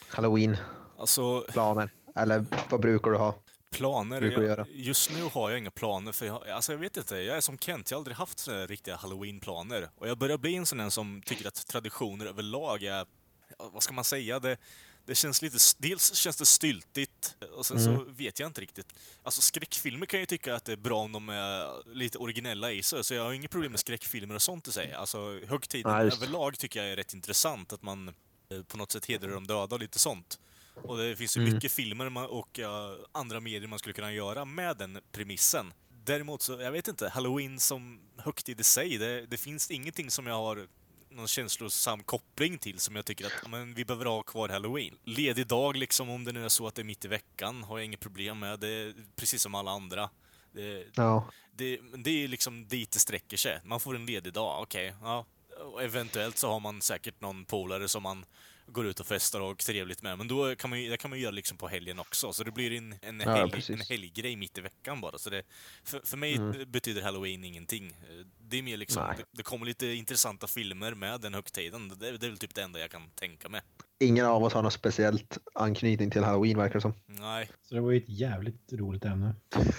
Halloween-planer? Alltså, Eller vad brukar du ha? planer. Brukar du Jag, göra? just nu har jag inga planer för jag, alltså jag vet inte, jag är som Kent, jag har aldrig haft sådana riktiga Halloween-planer. Och jag börjar bli en sån en som tycker att traditioner överlag är, ja, vad ska man säga, det, det känns lite, dels känns det styltigt och sen Mm. så vet jag inte riktigt. Alltså skräckfilmer kan jag ju tycka att det är bra om de är lite originella i sig, så jag har inget problem med skräckfilmer och sånt i sig. Alltså högtiden Ja, just. överlag tycker jag är rätt intressant, att man eh, på något sätt hedrar de döda och lite sånt. Och det finns ju Mm. mycket filmer man- och uh, andra medier man skulle kunna göra med den premissen. Däremot så, jag vet inte, Halloween som högtid i sig, det, det finns ingenting som jag har någon känslosam koppling till som jag tycker att ja, men vi behöver ha kvar Halloween. Ledig dag liksom, om det nu är så att det är mitt i veckan, har jag inget problem med. Det är precis som alla andra. Det, Ja. det, det är liksom dit det sträcker sig. Man får en ledig dag, okej. ja. Och eventuellt så har man säkert någon polare som man går ut och festar och trevligt med. Men då kan man ju, det kan man ju göra liksom på helgen också. Så det blir en, en, Ja, helg, precis. en helggrej mitt i veckan bara. Så det, för, för mig Mm. betyder Halloween ingenting. Det är mer liksom, Nej. det, det kommer lite intressanta filmer med den högtiden. Det, det är väl typ det enda jag kan tänka mig. Ingen av oss har något speciellt anknytning till Halloween, verkar det som. Nej. Så det var ju ett jävligt roligt ämne.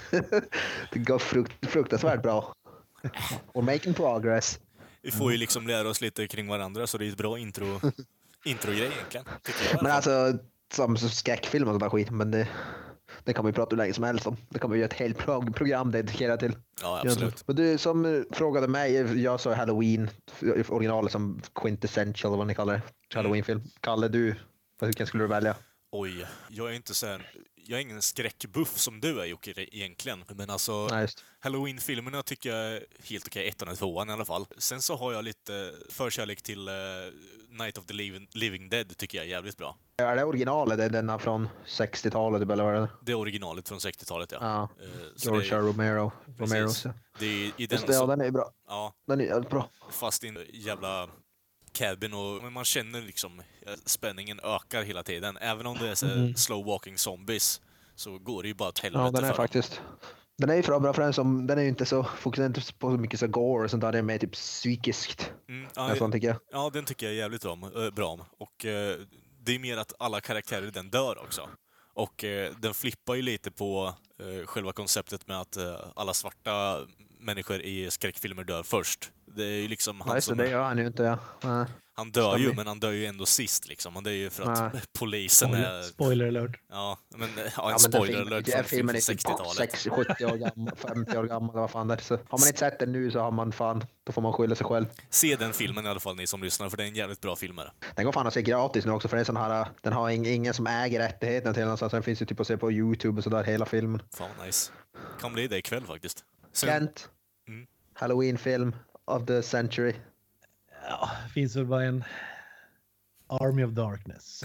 Det går frukt, fruktansvärt bra. We're making progress. Vi får ju liksom lära oss lite kring varandra, så det är ett bra intro, introgrej egentligen. Tycker jag. i alla Men fall. alltså, som som skräckfilm och sånt där skit, men det, det kan vi prata hur länge som helst om. Det kan vi göra ett helt pro- program dedikerat till. Ja, absolut. Men du som eh, frågade mig, jag sa Halloween, originalet som quintessential, eller vad ni kallar det, Halloween-film. Kalle, du, vilken skulle du välja? Oj, jag är inte så här, jag är ingen skräckbuff som du är Jocke egentligen. Men alltså, Nej, just. Halloween-filmerna tycker jag är helt okej, ettan och tvåan i alla fall. Sen så har jag lite förkärlek till uh, Night of the Living, Living Dead, tycker jag är jävligt bra. Är det originalet? Det är denna från sextiotalet, eller vad är det? Det är originalet från sextiotalet, ja. Ja, Eh, så George det, Romero. precis. Romeros, ja. det är i den, Just det, ja, så, den är bra. ja, Den är jävligt bra. fast i en jävla cabin och men man känner liksom eh, spänningen ökar hela tiden. Även om det är så här Mm. slow walking zombies så går det ju bara åt Ja, helvete den är för dem. faktiskt. Den är ju bra för den som, den är ju inte så fokuserad inte på så mycket så gore och sånt där, det är mer typ psykiskt. Mm, Ja, ja, sånt tycker jag. ja, den tycker jag är jävligt om, äh, bra om. Och eh, det är mer att alla karaktärer i den dör också. Och eh, den flippar ju lite på eh, själva konceptet med att eh, alla svarta människor i skräckfilmer dör först. Det är ju liksom han Nej, så som, det gör han ju inte, ja. Nej. han dör ju, stämmer. men han dör ju ändå sist liksom. Han dör ju för att Nej. polisen Spoiler, är... spoiler alert. Ja, men ja, en Ja, men den spoiler filmen- alert den från, filmen från är typ sextiotalet. sextio, sjuttio år gammal, femtio år gammal, vad fan det är. Så har man inte sett den nu så har man fan, då får man skylla sig själv. Se den filmen i alla fall, ni som lyssnar, för det är en jävligt bra film. Här. Den går fan att se gratis nu också, för det är sån här, den har ing- ingen som äger rättigheten till den, så den finns ju typ att se på YouTube och sådär, hela filmen. Fan vad nice. Kan bli det ikväll faktiskt. Sen, Kent, Mm. Halloween-film of the century. Ja, det finns väl bara en Army of Darkness.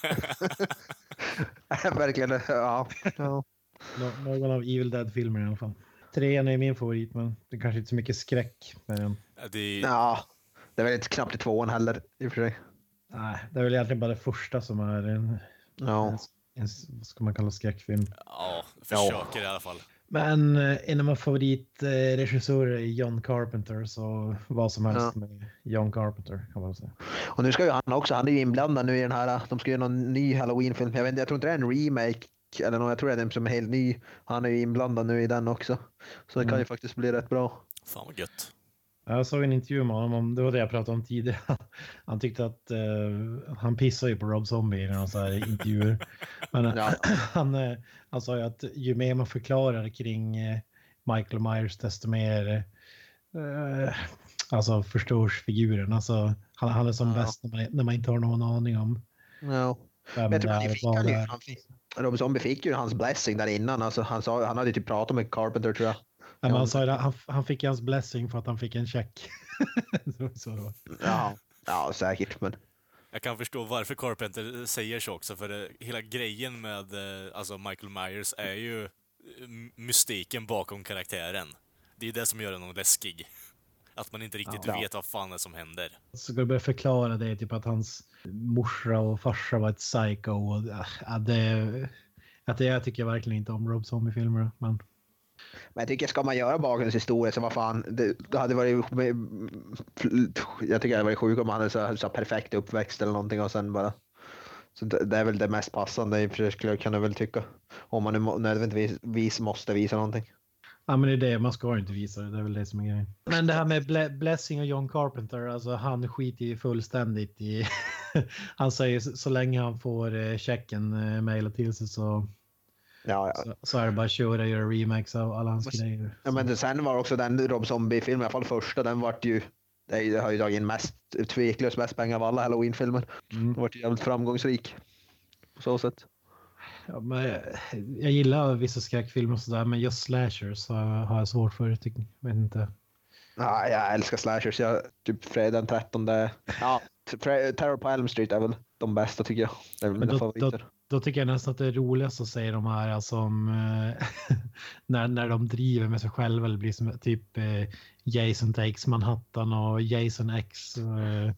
Verkligen, ja. ja. Nå- Någon av Evil Dead-filmer i alla fall. Trean är min favorit, men det är kanske inte så mycket skräck med den. det är, Ja, det är väl inte knappt i tvåan heller, i och för sig. Nej, det är väl egentligen bara det första som är en, Ja. en, en vad ska man kalla skräckfilm. ja, försöker i alla fall. Men en av mina favoritregissörer är John Carpenter, så vad som helst ja. med John Carpenter kan man säga. Och nu ska ju han också, han är ju inblandad nu i den här, de ska göra någon ny Halloween-film. Jag vet inte, jag tror inte det är en remake eller något, jag tror det är den som är helt ny. Han är ju inblandad nu i den också. Så det mm. kan ju faktiskt bli rätt bra. Fan vad gött. Jag såg en intervju med honom om, det var det jag pratade om tidigare. Han tyckte att uh, han pissar ju på Rob Zombie i någon sån här intervjuer. Men ja. han, han sa ju att ju mer man förklarar kring uh, Michael Myers desto mer uh, alltså förstörs figuren. Alltså, han, han är som ja. bäst när man, när man inte har någon aning om. Ja. Men jag tror han fick, han, han fick, Rob Zombie fick ju hans blessing där innan. Alltså, han, sa, han hade typ pratat med Carpenter tror jag. Ja, han, sa, han, han fick hans blessing för att han fick en check. så, så. Ja, ja, säkert. Men... Jag kan förstå varför Carpenter säger så också. För det, hela grejen med alltså Michael Myers är ju mystiken bakom karaktären. Det är det som gör honom läskig. Att man inte riktigt ja. vet vad fan det är som händer. Så ska du börja förklara det, typ att hans morsa och farsa var ett psycho. Och, ja, det, att det jag tycker jag verkligen inte om Rob Zombie-filmer, men... Men jag tycker, ska man göra bakgrundshistoria så vad fan, det, det hade varit, jag tycker det hade varit sjukt om han hade så, så perfekt uppväxt eller någonting och sen bara, så det är väl det mest passande, kan jag väl tycka, om man nu nödvändigtvis måste visa någonting. Ja, men det är det, man ska inte visa det, det är väl det som är grejen. Men det här med Ble- Blessing och John Carpenter, alltså han skiter ju fullständigt i, han säger så, så länge han får checken eh, mejla till sig så... Ja, ja. Så, så är det bara att köra och göra remakes av alla hans men, grejer. Ja, men det, sen var också den Rob Zombie-filmen, i alla fall första, den vart ju, det har ju tagit in mest, tveklöst mest pengar av alla Halloween-filmer. Mm. Den vart ju jävligt framgångsrik på så sätt. Ja, men jag, jag gillar vissa skräckfilmer och sådär, men just slashers så har jag svårt för det, jag vet inte. Ja, jag älskar slashers, jag, typ fredag den trettonde. Ja, Terror på Elm Street är väl de bästa tycker jag. Det är väl mina då, favoriter. Då, då tycker jag nästan att det är roligast att säga de här som äh, när, när de driver med sig själva eller blir som typ äh, Jason Takes Manhattan och Jason X. Äh,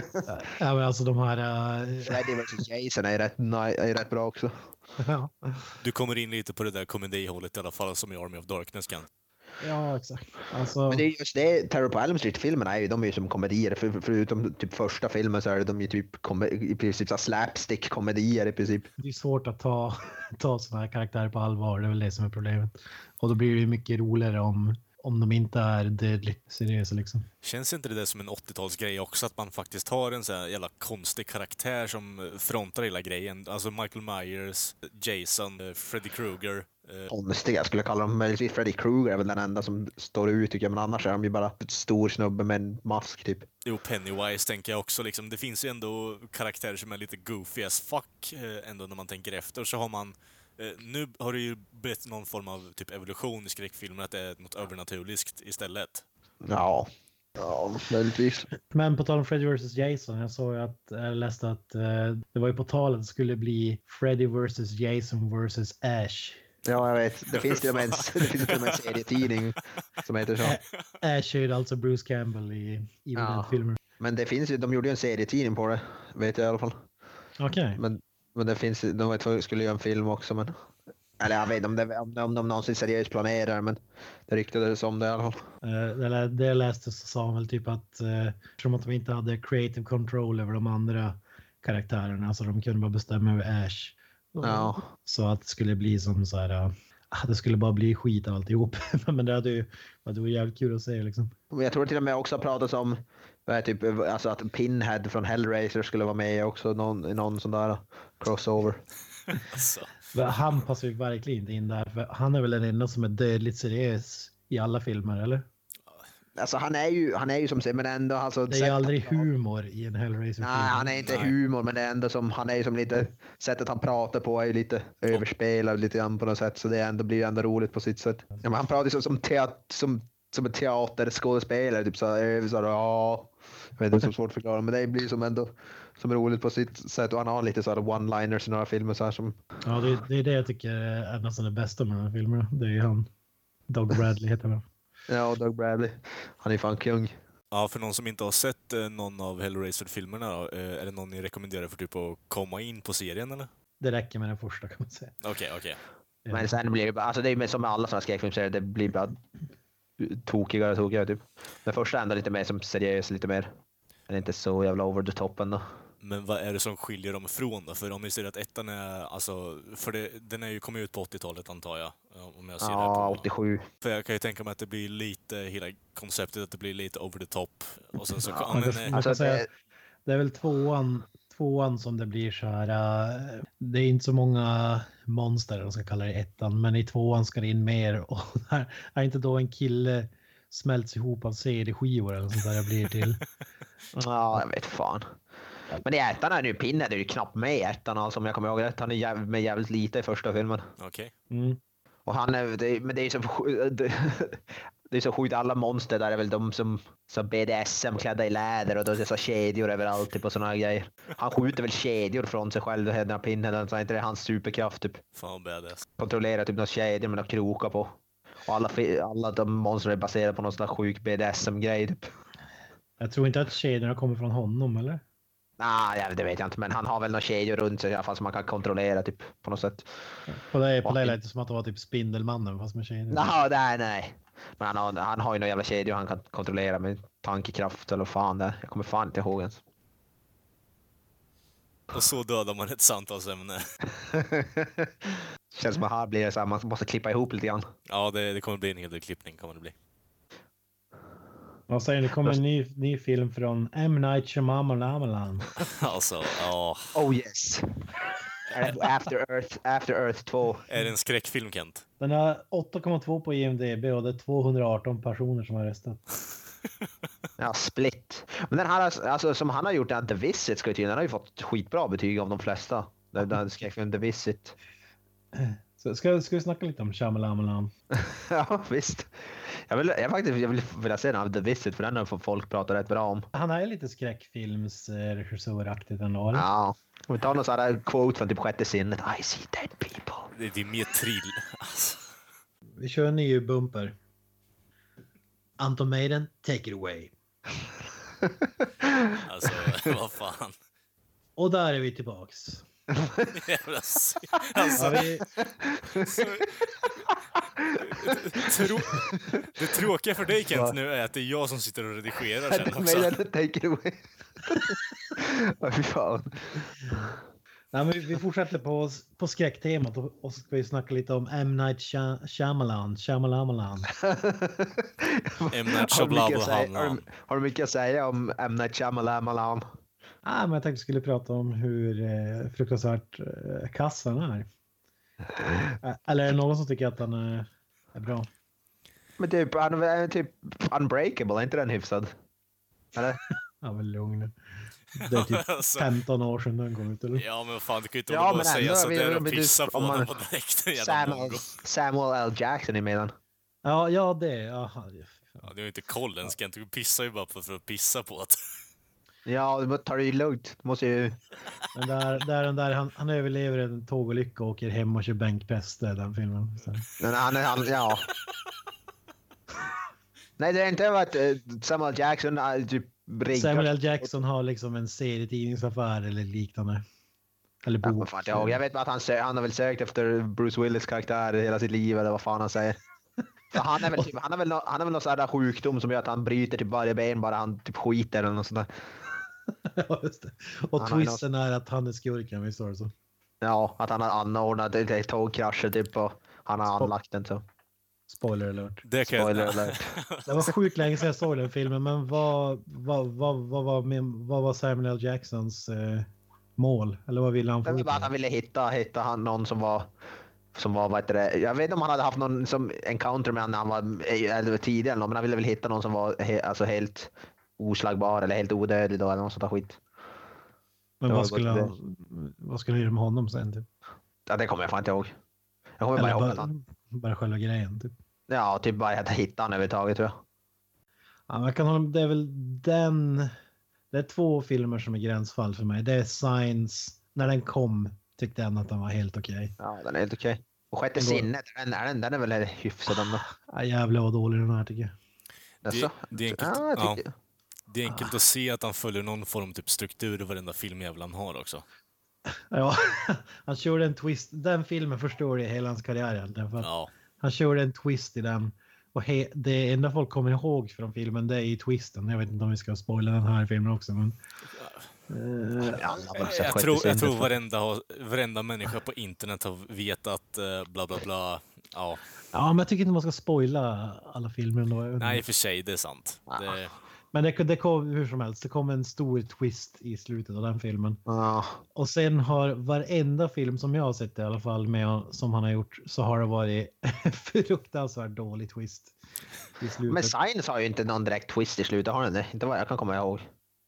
ja, alltså de här... Äh, Freddy versus Jason är rätt, nej, är rätt bra också. Ja. Du kommer in lite på det där komedihållet i alla fall som i Army of Darkness kan. Ja, exakt. Alltså... Men det är just det, Terror på Elm Street-filmerna är ju, de är ju som komedier. För, förutom typ första filmen så är de ju typ kom, i princip så slapstick-komedier i princip. Det är svårt att ta, ta sådana här karaktärer på allvar, det är väl det som är problemet. Och då blir det ju mycket roligare om, om de inte är dödligt seriösa liksom. Känns inte det där som en åttiotalsgrej också, att man faktiskt har en sån här jävla konstig karaktär som frontar hela grejen? Alltså Michael Myers, Jason, Freddy Krueger. Konstigt, jag skulle kalla dem möjligtvis Freddy Krueger är väl den enda som står ut tycker jag, men annars är de ju bara ett stor snubbe med en mask typ. Jo, Pennywise tänker jag också liksom. Det finns ju ändå karaktärer som är lite goofy as fuck ändå när man tänker efter. Så har man nu har det ju blivit någon form av typ evolution i skräckfilmer, att det är något övernaturligt istället. Ja. Ja, möjligtvis. Men på tal om Freddy versus Jason, jag såg att jag läste att uh, det var ju på tal att det skulle bli Freddy versus Jason versus Ash. Ja, jag vet. Det finns ju en, det finns till och med en serietidning som heter så. Ash är alltså Bruce Campbell i, i ja. den filmen. Men det finns ju, de gjorde ju en serietidning på det, vet jag i alla fall. Okej. Okay. Men, men det finns, de vet att skulle göra en film också, men... Eller jag vet inte om, det, om, om de någonsin seriöst planerar, men det ryktades om det i alla fall. Uh, det, det jag läste så sa han väl typ att uh, som att de inte hade creative control över de andra karaktärerna, alltså de kunde bara bestämma över Ash. Ja. Så att det skulle bli som så här, uh, det skulle bara bli skit av alltihop. Men det hade ju det var jävligt kul att se liksom. Jag tror till och med också har pratats om typ, alltså att Pinhead från Hellraiser skulle vara med också, någon, någon sån där crossover. Alltså. Han passar ju verkligen inte in där, för han är väl den enda som är dödligt seriös i alla filmer, eller? Alltså han är ju, han är ju som sig, men ändå alltså, det är ju aldrig humor i en Hellraiser-film. Nej, han är inte Nej. humor, men det är ändå som, han är ju som lite, sättet han pratar på är ju lite oh. överspelad lite grann på något sätt, så det ändå blir ändå roligt på sitt sätt. Ja, men han pratar ju som, som, teat, som, som en teaterskådespelare, typ så här, så här, ja, jag vet inte, det är så svårt att förklara, men det blir som ändå som roligt på sitt sätt, och han har lite så här one-liners i några filmer så här som... Ja, det, det är det jag tycker är nästan det bästa med de här filmerna. Det är ju han, Doug Bradley heter han. Ja, Doug Bradley. Han är fan kung. Ja, för någon som inte har sett eh, någon av Hellraiser-filmerna då, eh, är det någon ni rekommenderar för typ att komma in på serien eller? Det räcker med den första kan man säga. Okej, okay, okej. Men sen blir det bara, alltså det är ju som med alla sådana skräckfilmserier, det blir bara tokigare och tokigare typ. Den första är ändå lite mer som seriös, lite mer. Den är inte så jävla over the top ändå. Men vad är det som skiljer dem ifrån då? För om vi ser att ettan är, alltså, för det, den är ju kommit ut på åttiotalet antar jag. Om jag ser ja, det på, åttiosju. För jag kan ju tänka mig att det blir lite, hela konceptet att det blir lite over the top. Och sen så, Ja, men, man kan, eh, man kan alltså, säga det- att det är väl tvåan, tvåan som det blir så här. äh, det är inte så många monster, de ska kalla det ettan, men i tvåan ska det in mer. Och där är inte då en kille smälts ihop av C D-skivor eller sånt där det blir till. Ja, jag vet fan. Men i ettan är det ju Pinhead, det är ju knappt med i ettan alltså, om jag kommer ihåg rätt. Han är jäv- med jävligt lite i första filmen. okej. Mm. Och han är, det, men det är ju så sj- det, det är så sjukt, alla monster där är väl de som så B D S M-klädda i läder och då är det så kedjor överallt typ och såna här grejer. Han skjuter väl kedjor från sig själv, den här Pinhead, så är inte det hans superkraft typ. Fan badass. Kontrollera typ några kedjor med några krokar på. Och alla, fi- alla de monster är baserade på någon sån där sjuk B D S M-grej typ. Jag tror inte att kedjorna kommer från honom, eller? Nej, nah, det vet jag inte, men han har väl några kedjor runt sig i alla fall som man kan kontrollera typ på något sätt. På det, på det lät det som att det var typ Spindelmannen fast med kedjor. Jaha, nej, nej. Men han har, han har ju några jävla kedjor han kan kontrollera med tankekraft eller vad fan det är. Jag kommer fan inte ihåg ens. Och så dödar man ett samtalsämne. Känns som att här blir det så här, man måste klippa ihop lite grann. Ja, det, det kommer bli en hel del klippning, kommer det bli. Vad säger ni? Det kommer en ny, ny film från M. Night Shyamalan. Alltså, ja. Oh yes. After Earth, After Earth två. Är det en skräckfilm, Kent? Den har åtta komma två på I M D B och det är tvåhundraarton personer som har röstat. Ja, Split. Men den här, alltså, som han har gjort, den The Visit, ska jag tycka, den har ju fått skitbra betyg av de flesta. Den, den skräckfilmen The Visit. Så ska, ska vi snacka lite om Shyamalan? Ja, visst. Jag vill, jag faktiskt jag vill vilja se den av The Visit, för den har folk pratat rätt bra om. Han är lite skräckfilmsregissöraktigt ändå. Eller? Ja. Om vi tar någon sån här quote från typ Sjätte sinnet. I see dead people. Det, det är mer trill. Alltså. Vi kör en ny bumper. Anton Maiden, take it away. Alltså, vad fan. Och där är vi tillbaks. Jävla sy- alltså, Ja, vi, så, tro, det tråkiga för dig, Kent, nu är att det är jag som sitter och redigerar sen också. Maiden, take it away. Vad fy fan. nej, men vi, vi fortsätter på, på skräcktemat och, och så ska vi snacka lite om M. Night Shy- Shyamalan. Shyamalan. M. Night Har du mycket att säga- Shyamalan. har du- Har du mycket att säga om M. Night Shyamalan? Ah, men jag tänkte vi skulle prata om hur eh, fruktansvärt eh, kass han är. Eh, Eller är det någon som tycker att han är, är bra? Men typ, han är väl typ Unbreakable, är inte den hyfsad? Eller? Ja, väl lugn. Det är typ Alltså, femton år sedan den kom ut, eller? ja, men fan, du kan ju inte Ja, hålla på men och säga ändå, så vi- där och vi- pissa på om man- den på direkten. Jävla Samuel, mongo. Samuel L. Jackson i medan. Ja, ja det. Aha, Ja, du har ju inte koll ens, Kent. Du pissar ju bara på för att pissa på det. Ja, du tar det ju lugnt. Du måste ju... Men där, där, den där, han, han överlever en tågolycka och åker hem och kör bänkpress, det är den filmen. Så. Men han, han, ja. Nej, det är inte att eh, Samuel Jackson är typ riggar. Samuel L. Jackson har liksom en serietidningsaffär eller liknande. Eller Ja, bok. vad fan, jag, jag vet bara att han, sö- han har väl sökt efter Bruce Willis karaktär hela sitt liv, eller vad fan han säger. För han är väl typ, han har väl, nå- han har väl någon sån här sjukdom som gör att han bryter typ varje ben bara han typ skiter eller något sånt där. Ja, just det. Och Han har ju twisten är att han är skurken, visst var det så? Ja, att han har anordnat ett ett tågkrascher typ och han har Spo- anlagt den så. Spoiler alert. Det kan jag... Spoiler alert. Det var sjukt länge sedan jag såg den filmen, men vad, vad, vad, vad, var, min, vad var Samuel L. Jacksons eh, mål? Eller vad ville han få Det var ut bara av att han det? ville hitta, hitta han, någon som var som var, vad heter det, jag vet inte om han hade haft någon som encounter med honom när han var eller tidigare eller något, men han ville väl hitta någon som var he, alltså helt oslagbar eller helt odödlig då eller något sånt där skit. Men det var vad skulle, bara han, vad skulle han göra med honom sen? Typ? Ja, det kommer jag fan inte ihåg. Jag kommer bara Eller ihåg att bara, han, bara själva grejen, typ. ja, typ bara att hitta han överhuvudtaget tror jag. Ja, men jag kan hålla med, det är väl den... Det är två filmer som är gränsfall för mig. Det är Signs. När den kom tyckte jag att den var helt okej. Ja, den är helt okej. Och Sjätte Den går- sinnet, den är, den, den är väl hyfsad ändå. Ja, jävlar vad dålig den här tycker jag. Alltså, det är enkelt- ja, jag ja. tycker, Det är enkelt att se att han följer någon form typ struktur i varenda film jävla han har också. Ja, han körde en twist. Den filmen förstår jag hela hans karriär egentligen. För att Ja. Han körde en twist i den. Och he, det enda folk kommer ihåg från filmen, det är i twisten. Jag vet inte om vi ska spoila den här filmen också. Men, uh, Ja, jag tror, jag tror varenda, varenda människa på internet har vetat uh, bla bla bla. Ja. ja, men jag tycker inte man ska spoila alla filmer ändå. Nej, för sig, det är sant. Det... Men det, det kom hur som helst. Det kom en stor twist i slutet av den filmen. Ja. Och sen har varenda film som jag har sett i alla fall med som han har gjort så har det varit fruktansvärt dålig twist i slutet. Men Science har ju inte någon direkt twist i slutet, har den det? Inte vad jag kan komma ihåg.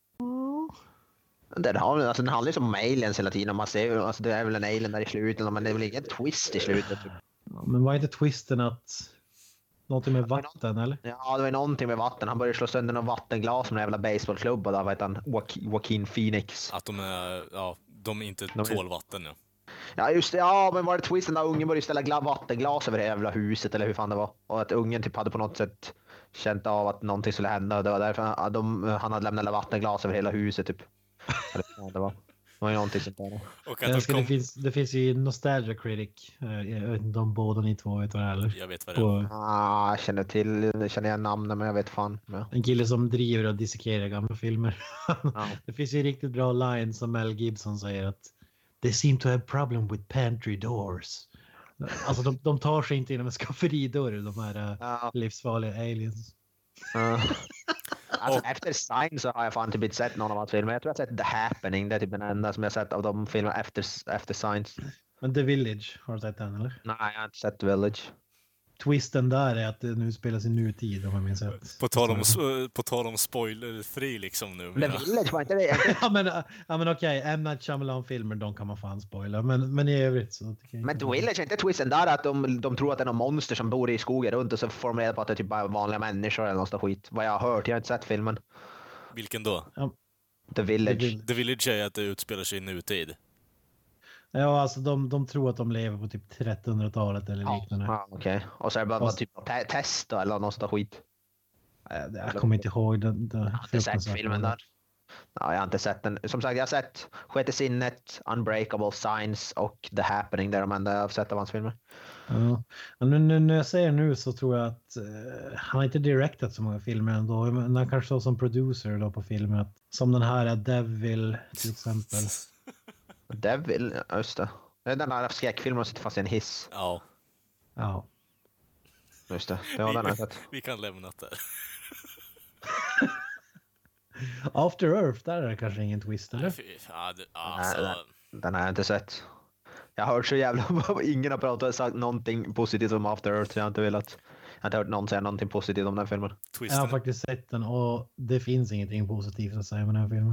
Mm. Den, har, alltså, den handlar ju som om aliens hela tiden. Man ser, alltså, det är väl en alien där i slutet, men det är väl ingen twist i slutet. Ja, men var inte twisten att någonting med vatten, eller? Ja, det var någonting med vatten. Han började slå sönder någon vattenglas med en jävla baseballklubb och där var han Joaquin Phoenix. Att de är, ja, de inte de tål vatten, ja. Ja, just det. Ja, men var det twisten där ungen började ställa gla- vattenglas över det jävla huset eller hur fan det var? Och att ungen typ hade på något sätt känt av att någonting skulle hända. Det var därför han, de, han hade lämnat vattenglas över hela huset typ. Eller, det var. Det var ju någonting sånt där. Och att kom... det, finns, det finns ju Nostalgia Critic. Jag vet inte om båda ni två vet vad det är. Eller? Jag vet vad det är. På... Ah, jag känner till, jag känner igen namnen men jag vet fan. Ja. En kille som driver och dissekerar gamla filmer. Ja. Det finns ju riktigt bra line som Mel Gibson säger att they seem to have problem with pantry doors. Alltså de, de tar sig inte in med skafferidörr, de här ja. livsfarliga aliens. Ja. Alltså, efter Sign så har jag fan typ inte sett någon av hans filmer. Jag tror jag har sett The Happening. Det är typ den enda som jag sett av de filmerna efter, efter Signs. Men The Village, har du sett den eller? Nej, jag har inte sett The Village. Twisten där är att det nu spelas i nutid om jag minns rätt. På tal om, på tal om spoiler-fri liksom nu. The Village var inte det? ja men, ja, men okej, M. Night Shyamalan-filmer, de kan man fan spoila. Men, men i övrigt så... Men The Village är inte twisten där att de, de tror att det är någon monster som bor i skogen runt och så får de reda på att det är typ bara vanliga människor eller något sånt skit. Vad jag har hört, jag har inte sett filmen. Vilken då? Ja. The Village. The Village. The Village är att det utspelar sig i nutid. Ja, alltså de, de tror att de lever på typ trettonhundratalet eller ja. liknande. Ja, okej. Okay. Och så är det bara, bara typ te- test då, eller något sånt skit. Jag, jag kommer inte ihåg den. den jag har inte sett filmen där. Ja, jag har inte sett den. Som sagt, jag har sett Sjätte sinnet, Unbreakable, Signs och The Happening. Det är de enda jag har sett av hans filmer. Ja. Men nu, nu, när jag säger nu så tror jag att uh, han har inte directat så många filmer ändå. Men han kanske står som producer då på filmer. Som den här Devil till exempel. Devil, just det. Det är den här skräckfilmen som sitter fast i en hiss. Ja. Ja. Just det, det var den jag sett. Vi kan lämna det där. After Earth, där är det kanske ingen twist, eller? Ja, det, alltså... Nej, den, den har jag inte sett. Jag har hört så jävla... Ingen har pratat och sagt någonting positivt om After Earth. Jag har inte velat... Jag har inte hört någon säga någonting positivt om den filmen. Twisten. Jag har faktiskt sett den och det finns ingenting positivt att säga med den här filmen.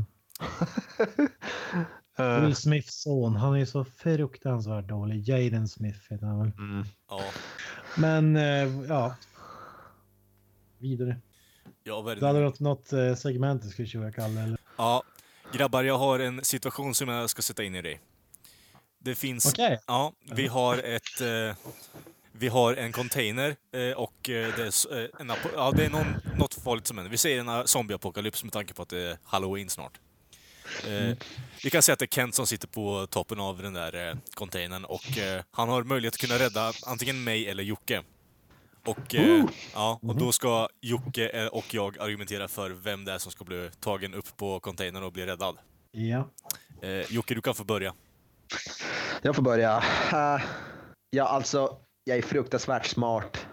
Will Smiths son, han är ju så fruktansvärt dålig. Jaden Smith heter han väl. Mm. Ja. Men, ja. Vidare. Ja, du hade något, något segment du skulle köra, Kalle? Eller? Ja, grabbar, jag har en situation som jag ska sätta in i dig. Det finns... Okay. Ja, vi har ett... Eh, vi har en container eh, och eh, det är, eh, en, ja, det är någon, något farligt som händer. Vi säger en zombieapokalyps med tanke på att det är Halloween snart. Eh, mm. Vi kan säga att det är Kent som sitter på toppen av den där eh, containern och eh, han har möjlighet att kunna rädda antingen mig eller Jocke. Och, eh, ja, och då ska Jocke och jag argumentera för vem det är som ska bli tagen upp på containern och bli räddad. Ja. Eh, Jocke, du kan få börja. Jag får börja. Uh, ja, alltså, jag är fruktansvärt smart.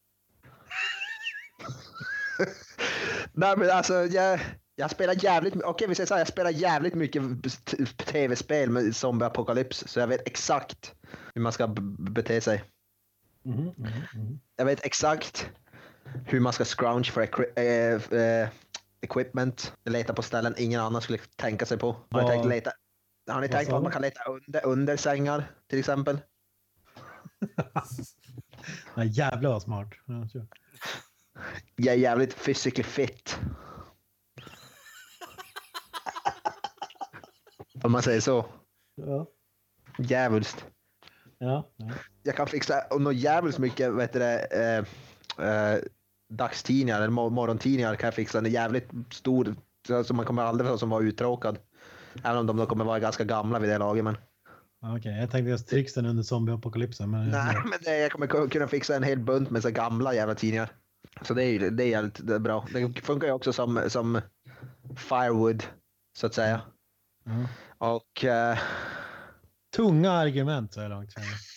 Nej, men alltså, jag, jag spelar jävligt mycket, okej okay, vi säger så här, jag spelar jävligt mycket tv-spel med zombie-apokalyps, så jag vet exakt hur man ska b- bete sig. Mm, mm, mm. Jag vet exakt hur man ska scrounge för equi- äh, äh, equipment. Leta på ställen ingen annan skulle tänka sig på. Har ni tänkt, leta, har ni tänkt på att man kan leta under, under sängar till exempel? Ja, jävlar vad smart. Ja, jag är jävligt physically fit. Om man säger så. Ja. Jävulst. Ja, ja. Jag kan fixa och något jävligt mycket vet du det, eh, eh, dagstidningar eller mor- morgontidningar kan jag fixa en jävligt stor så man kommer aldrig få som var uttråkad. Även om de då kommer vara ganska gamla vid det laget. Men... Okej, okay, jag tänkte just trycks den under zombieapokalypsen. Men... Nej, men det, jag kommer kunna fixa en hel bunt med så gamla jävla tidningar. Så det är, det är jävligt det är bra. Det funkar ju också som, som firewood, så att säga. Mm. Och... Uh... Tunga argument så är långt.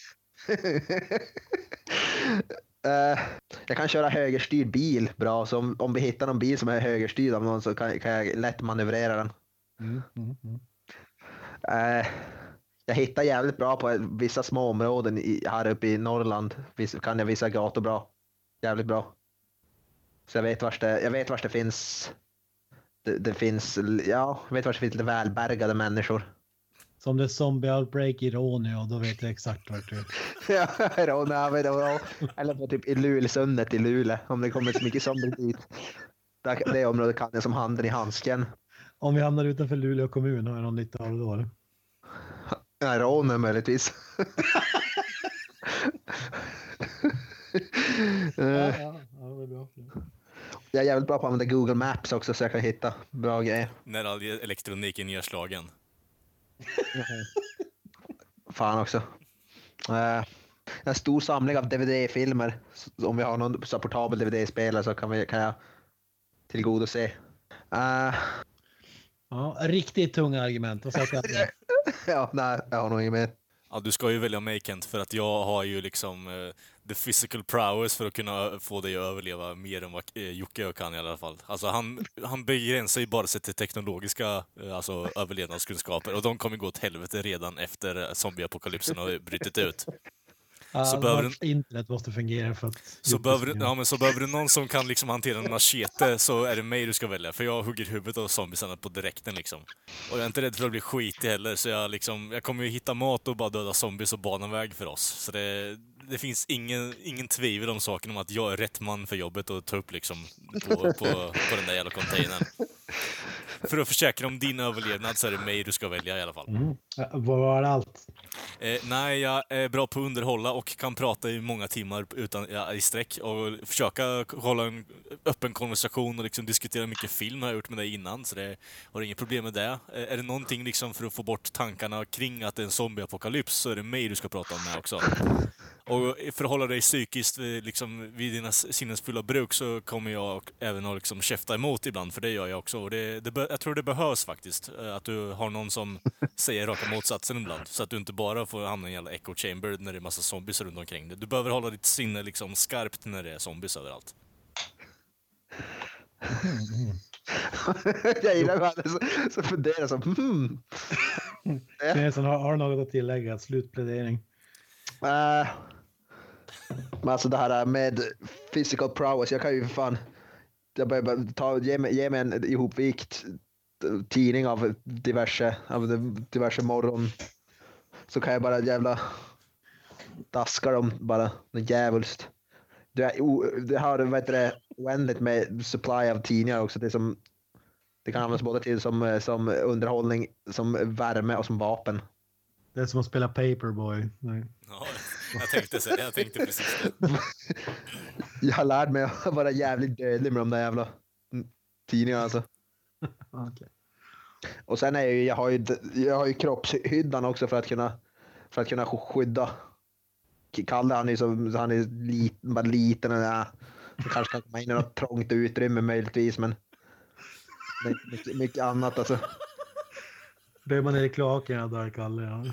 uh, jag kan köra högerstyrd bil bra. Så om, om vi hittar någon bil som är högerstyrd av någon så kan, kan jag lätt manövrera den. Mm, mm, mm. Uh, jag hittar jävligt bra på vissa små områden i, här uppe i Norrland. Vis, kan jag vissa gator bra. Jävligt bra. Så jag vet vars det, jag vet vars det finns. Det, det finns, ja, jag vet vars det finns lite välbärgade människor. Som det är zombie outbreak i Råneå, då vet jag exakt vart du är. Ja, Råneå, eller på typ i Lulesundet i Luleå, om det kommer så mycket zombies dit. Det området kan jag som handen i handsken. Om vi hamnar utanför Luleå kommun har jag någon lite av det då. Ja, Råneå möjligtvis. ja, ja, ja, det är bra. Jag är jävligt bra på att använda Google Maps också så jag kan hitta bra grejer. När all elektronik är nedslagen. Fan också. Uh, en stor samling av D V D-filmer. Om vi har någon så portabel D V D-spelare så kan, vi, kan jag tillgodose. Uh, ja, riktigt tunga argument. Vad säger du? Ja, nej, jag har nog inget mer. Ja, du ska ju välja mig, Kent, för att jag har ju liksom uh, the physical prowess för att kunna få dig att överleva mer än vad uh, Jocke kan i alla fall. Alltså han, han begränsar ju bara sig till teknologiska uh, alltså, överlevnadskunskaper och de kommer gå åt helvete redan efter uh, zombieapokalypsen har brutit ut. Ja, så behöver du, internet måste fungera för att... Så behöver, du, ja, men så behöver du någon som kan liksom hantera en machete så är det mig du ska välja. För jag hugger huvudet av zombiesarna på direkten liksom. Och jag är inte rädd för att bli skitig heller. Så jag, liksom, jag kommer ju hitta mat och bara döda zombies och bana väg för oss. Så det, det finns ingen, ingen tvivel om saken om att jag är rätt man för jobbet och ta upp liksom på, på, på den där jävla containern. För att försäkra om din överlevnad så är det mig du ska välja i alla fall. Mm. Vad var allt? Eh, nej, jag är bra på att underhålla och kan prata i många timmar utan, ja, i sträck och försöka hålla en öppen konversation och liksom diskutera mycket film har jag gjort med dig innan, så det har inget problem med det. Eh, är det någonting liksom för att få bort tankarna kring att det är en zombieapokalyps så är det mig du ska prata om med också. Och för att hålla dig psykiskt liksom, vid dina sinnesfulla bruk så kommer jag även att liksom käfta emot ibland, för det gör jag också. Och det, det, jag tror det behövs faktiskt, att du har någon som säger raka motsatsen ibland. Så att du inte bara får hamna i en jävla echo chamber när det är massa zombies runt omkring dig. Du behöver hålla ditt sinne liksom skarpt när det är zombies överallt. Mm. Jag gillar att han så, så funderar så. Hmm. Knäsen, har, har något att tillägga? Slutplädering. Uh, men alltså det här med physical prowess, jag kan ju för fan jag bara ta, ge, mig, ge mig en ihopvikt tidning av diverse, av diverse morgon så kan jag bara jävla daska dem bara, något djävulskt. Det, är, det har vad heter det, oändligt med supply av tidningar också. Det, är som, det kan användas både till som, som underhållning, som värme och som vapen. Det är som att spela Paperboy. Nej. Ja, jag tänkte så, jag tänkte precis det. Jag har lärt mig att vara jävligt dödlig med de där jävla tidningarna alltså. Okay. Och sen är jag ju, jag har ju, jag har ju kroppshyddan också för att kunna, för att kunna skydda. Kalle han är så, han är lit, bara liten och där. Så kanske kan komma in i något trångt utrymme möjligtvis, men mycket, mycket annat alltså. Bör man ner i kloakerna där, Kalle, ja.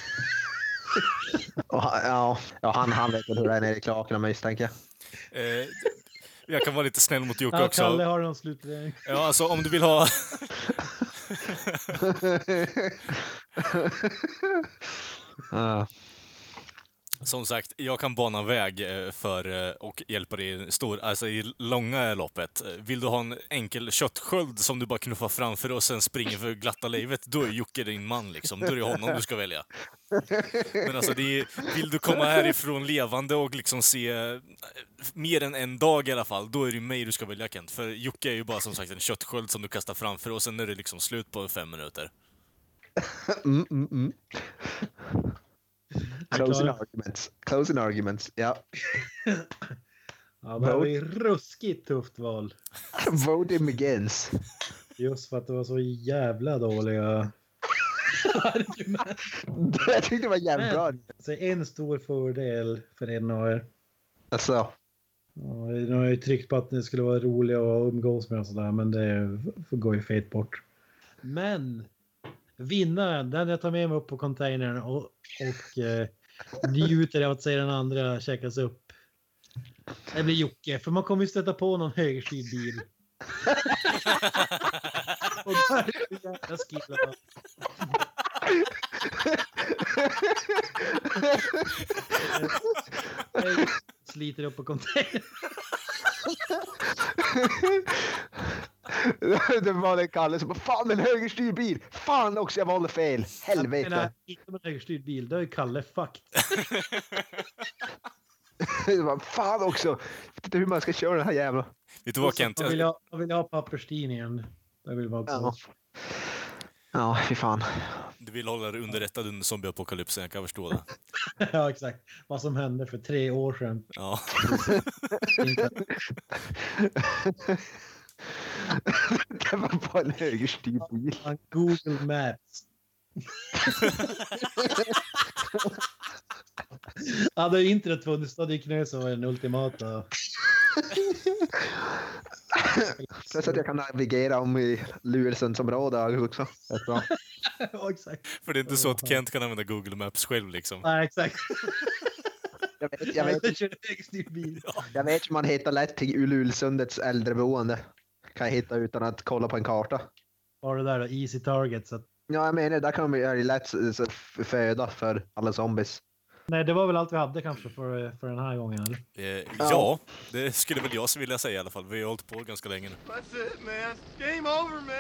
Och, ja, ja han, han vet väl hur det är nere i kloakerna misstänker jag. Eh, jag kan vara lite snäll mot Jocke ja, också. Kalle har någon slutväg. Ja, alltså om du vill ha... uh. Som sagt, jag kan bana väg för och hjälpa dig i, stor, alltså i långa loppet. Vill du ha en enkel köttsköld som du bara knuffar framför och sen springer för glatta livet, då är Jocke din man liksom. Då är det honom du ska välja. Men alltså, det är, vill du komma härifrån levande och liksom se mer än en dag i alla fall, då är det mig du ska välja, Kent. För Jocke är ju bara som sagt en köttsköld som du kastar framför och sen är det liksom slut på fem minuter. Mm, mm, mm. Closing arguments. Closing arguments, ja. Ja, det var ju ruskigt tufft val. Voting begins. Just för att det var så jävla dåliga Jag tyckte det var jävligt bra. Så en stor fördel för N H R. Alltså. Ja, nu har jag ju tryckt på att det skulle vara roligt att umgås med och sådär, men det går ju fet bort. Men vinnaren, den jag tar med mig upp på containern och, och eh, njuter av att se den andra checkas upp. Det blir Jocke, för man kommer ju stöta på någon högerstyrd bil. Och där är det jävla skillar. Sliter upp på containern. Det var det Kalle som bara, fan en högerstyrd bil. Fan också, jag valde fel. Helvete. Jag menar, inte med en högerstyrd bil, då är Kalle fucked. Det var fan också. Jag vet inte hur man ska köra den här jävla. Vet du vad, Kent? Jag vill ha, jag vill ha papperstidningen. Jag vill vara Ja. Ja, fy fan. Du vill hålla dig underrättad under zombieapokalypsen, jag kan förstå det. Ja, exakt. Vad som hände för tre år sedan. Ja. Det var bara en högerstyrd bil. Google Maps. Hade internet funnits då hade Knös vara den ultimata. Så att jag kan navigera om i Lulesundsområdet också. Rätt bra. Ja, exakt. För det är inte så att Kent kan använda Google Maps själv liksom. Nej, exakt. Jag vet, jag vet, Jag vet, jag vet hur man hittar lätt till Lulesundets äldreboende. Kan jag hitta utan att kolla på en karta. Var det där då? Easy target. Så att... Ja, jag menar, där kan man göra lätt så, föda för alla zombies. Nej, det var väl allt vi hade kanske för, för den här gången, eller? Eh, ja, det skulle väl jag vilja säga i alla fall. Vi har hållit på ganska länge nu. That's it, man. Game over, man.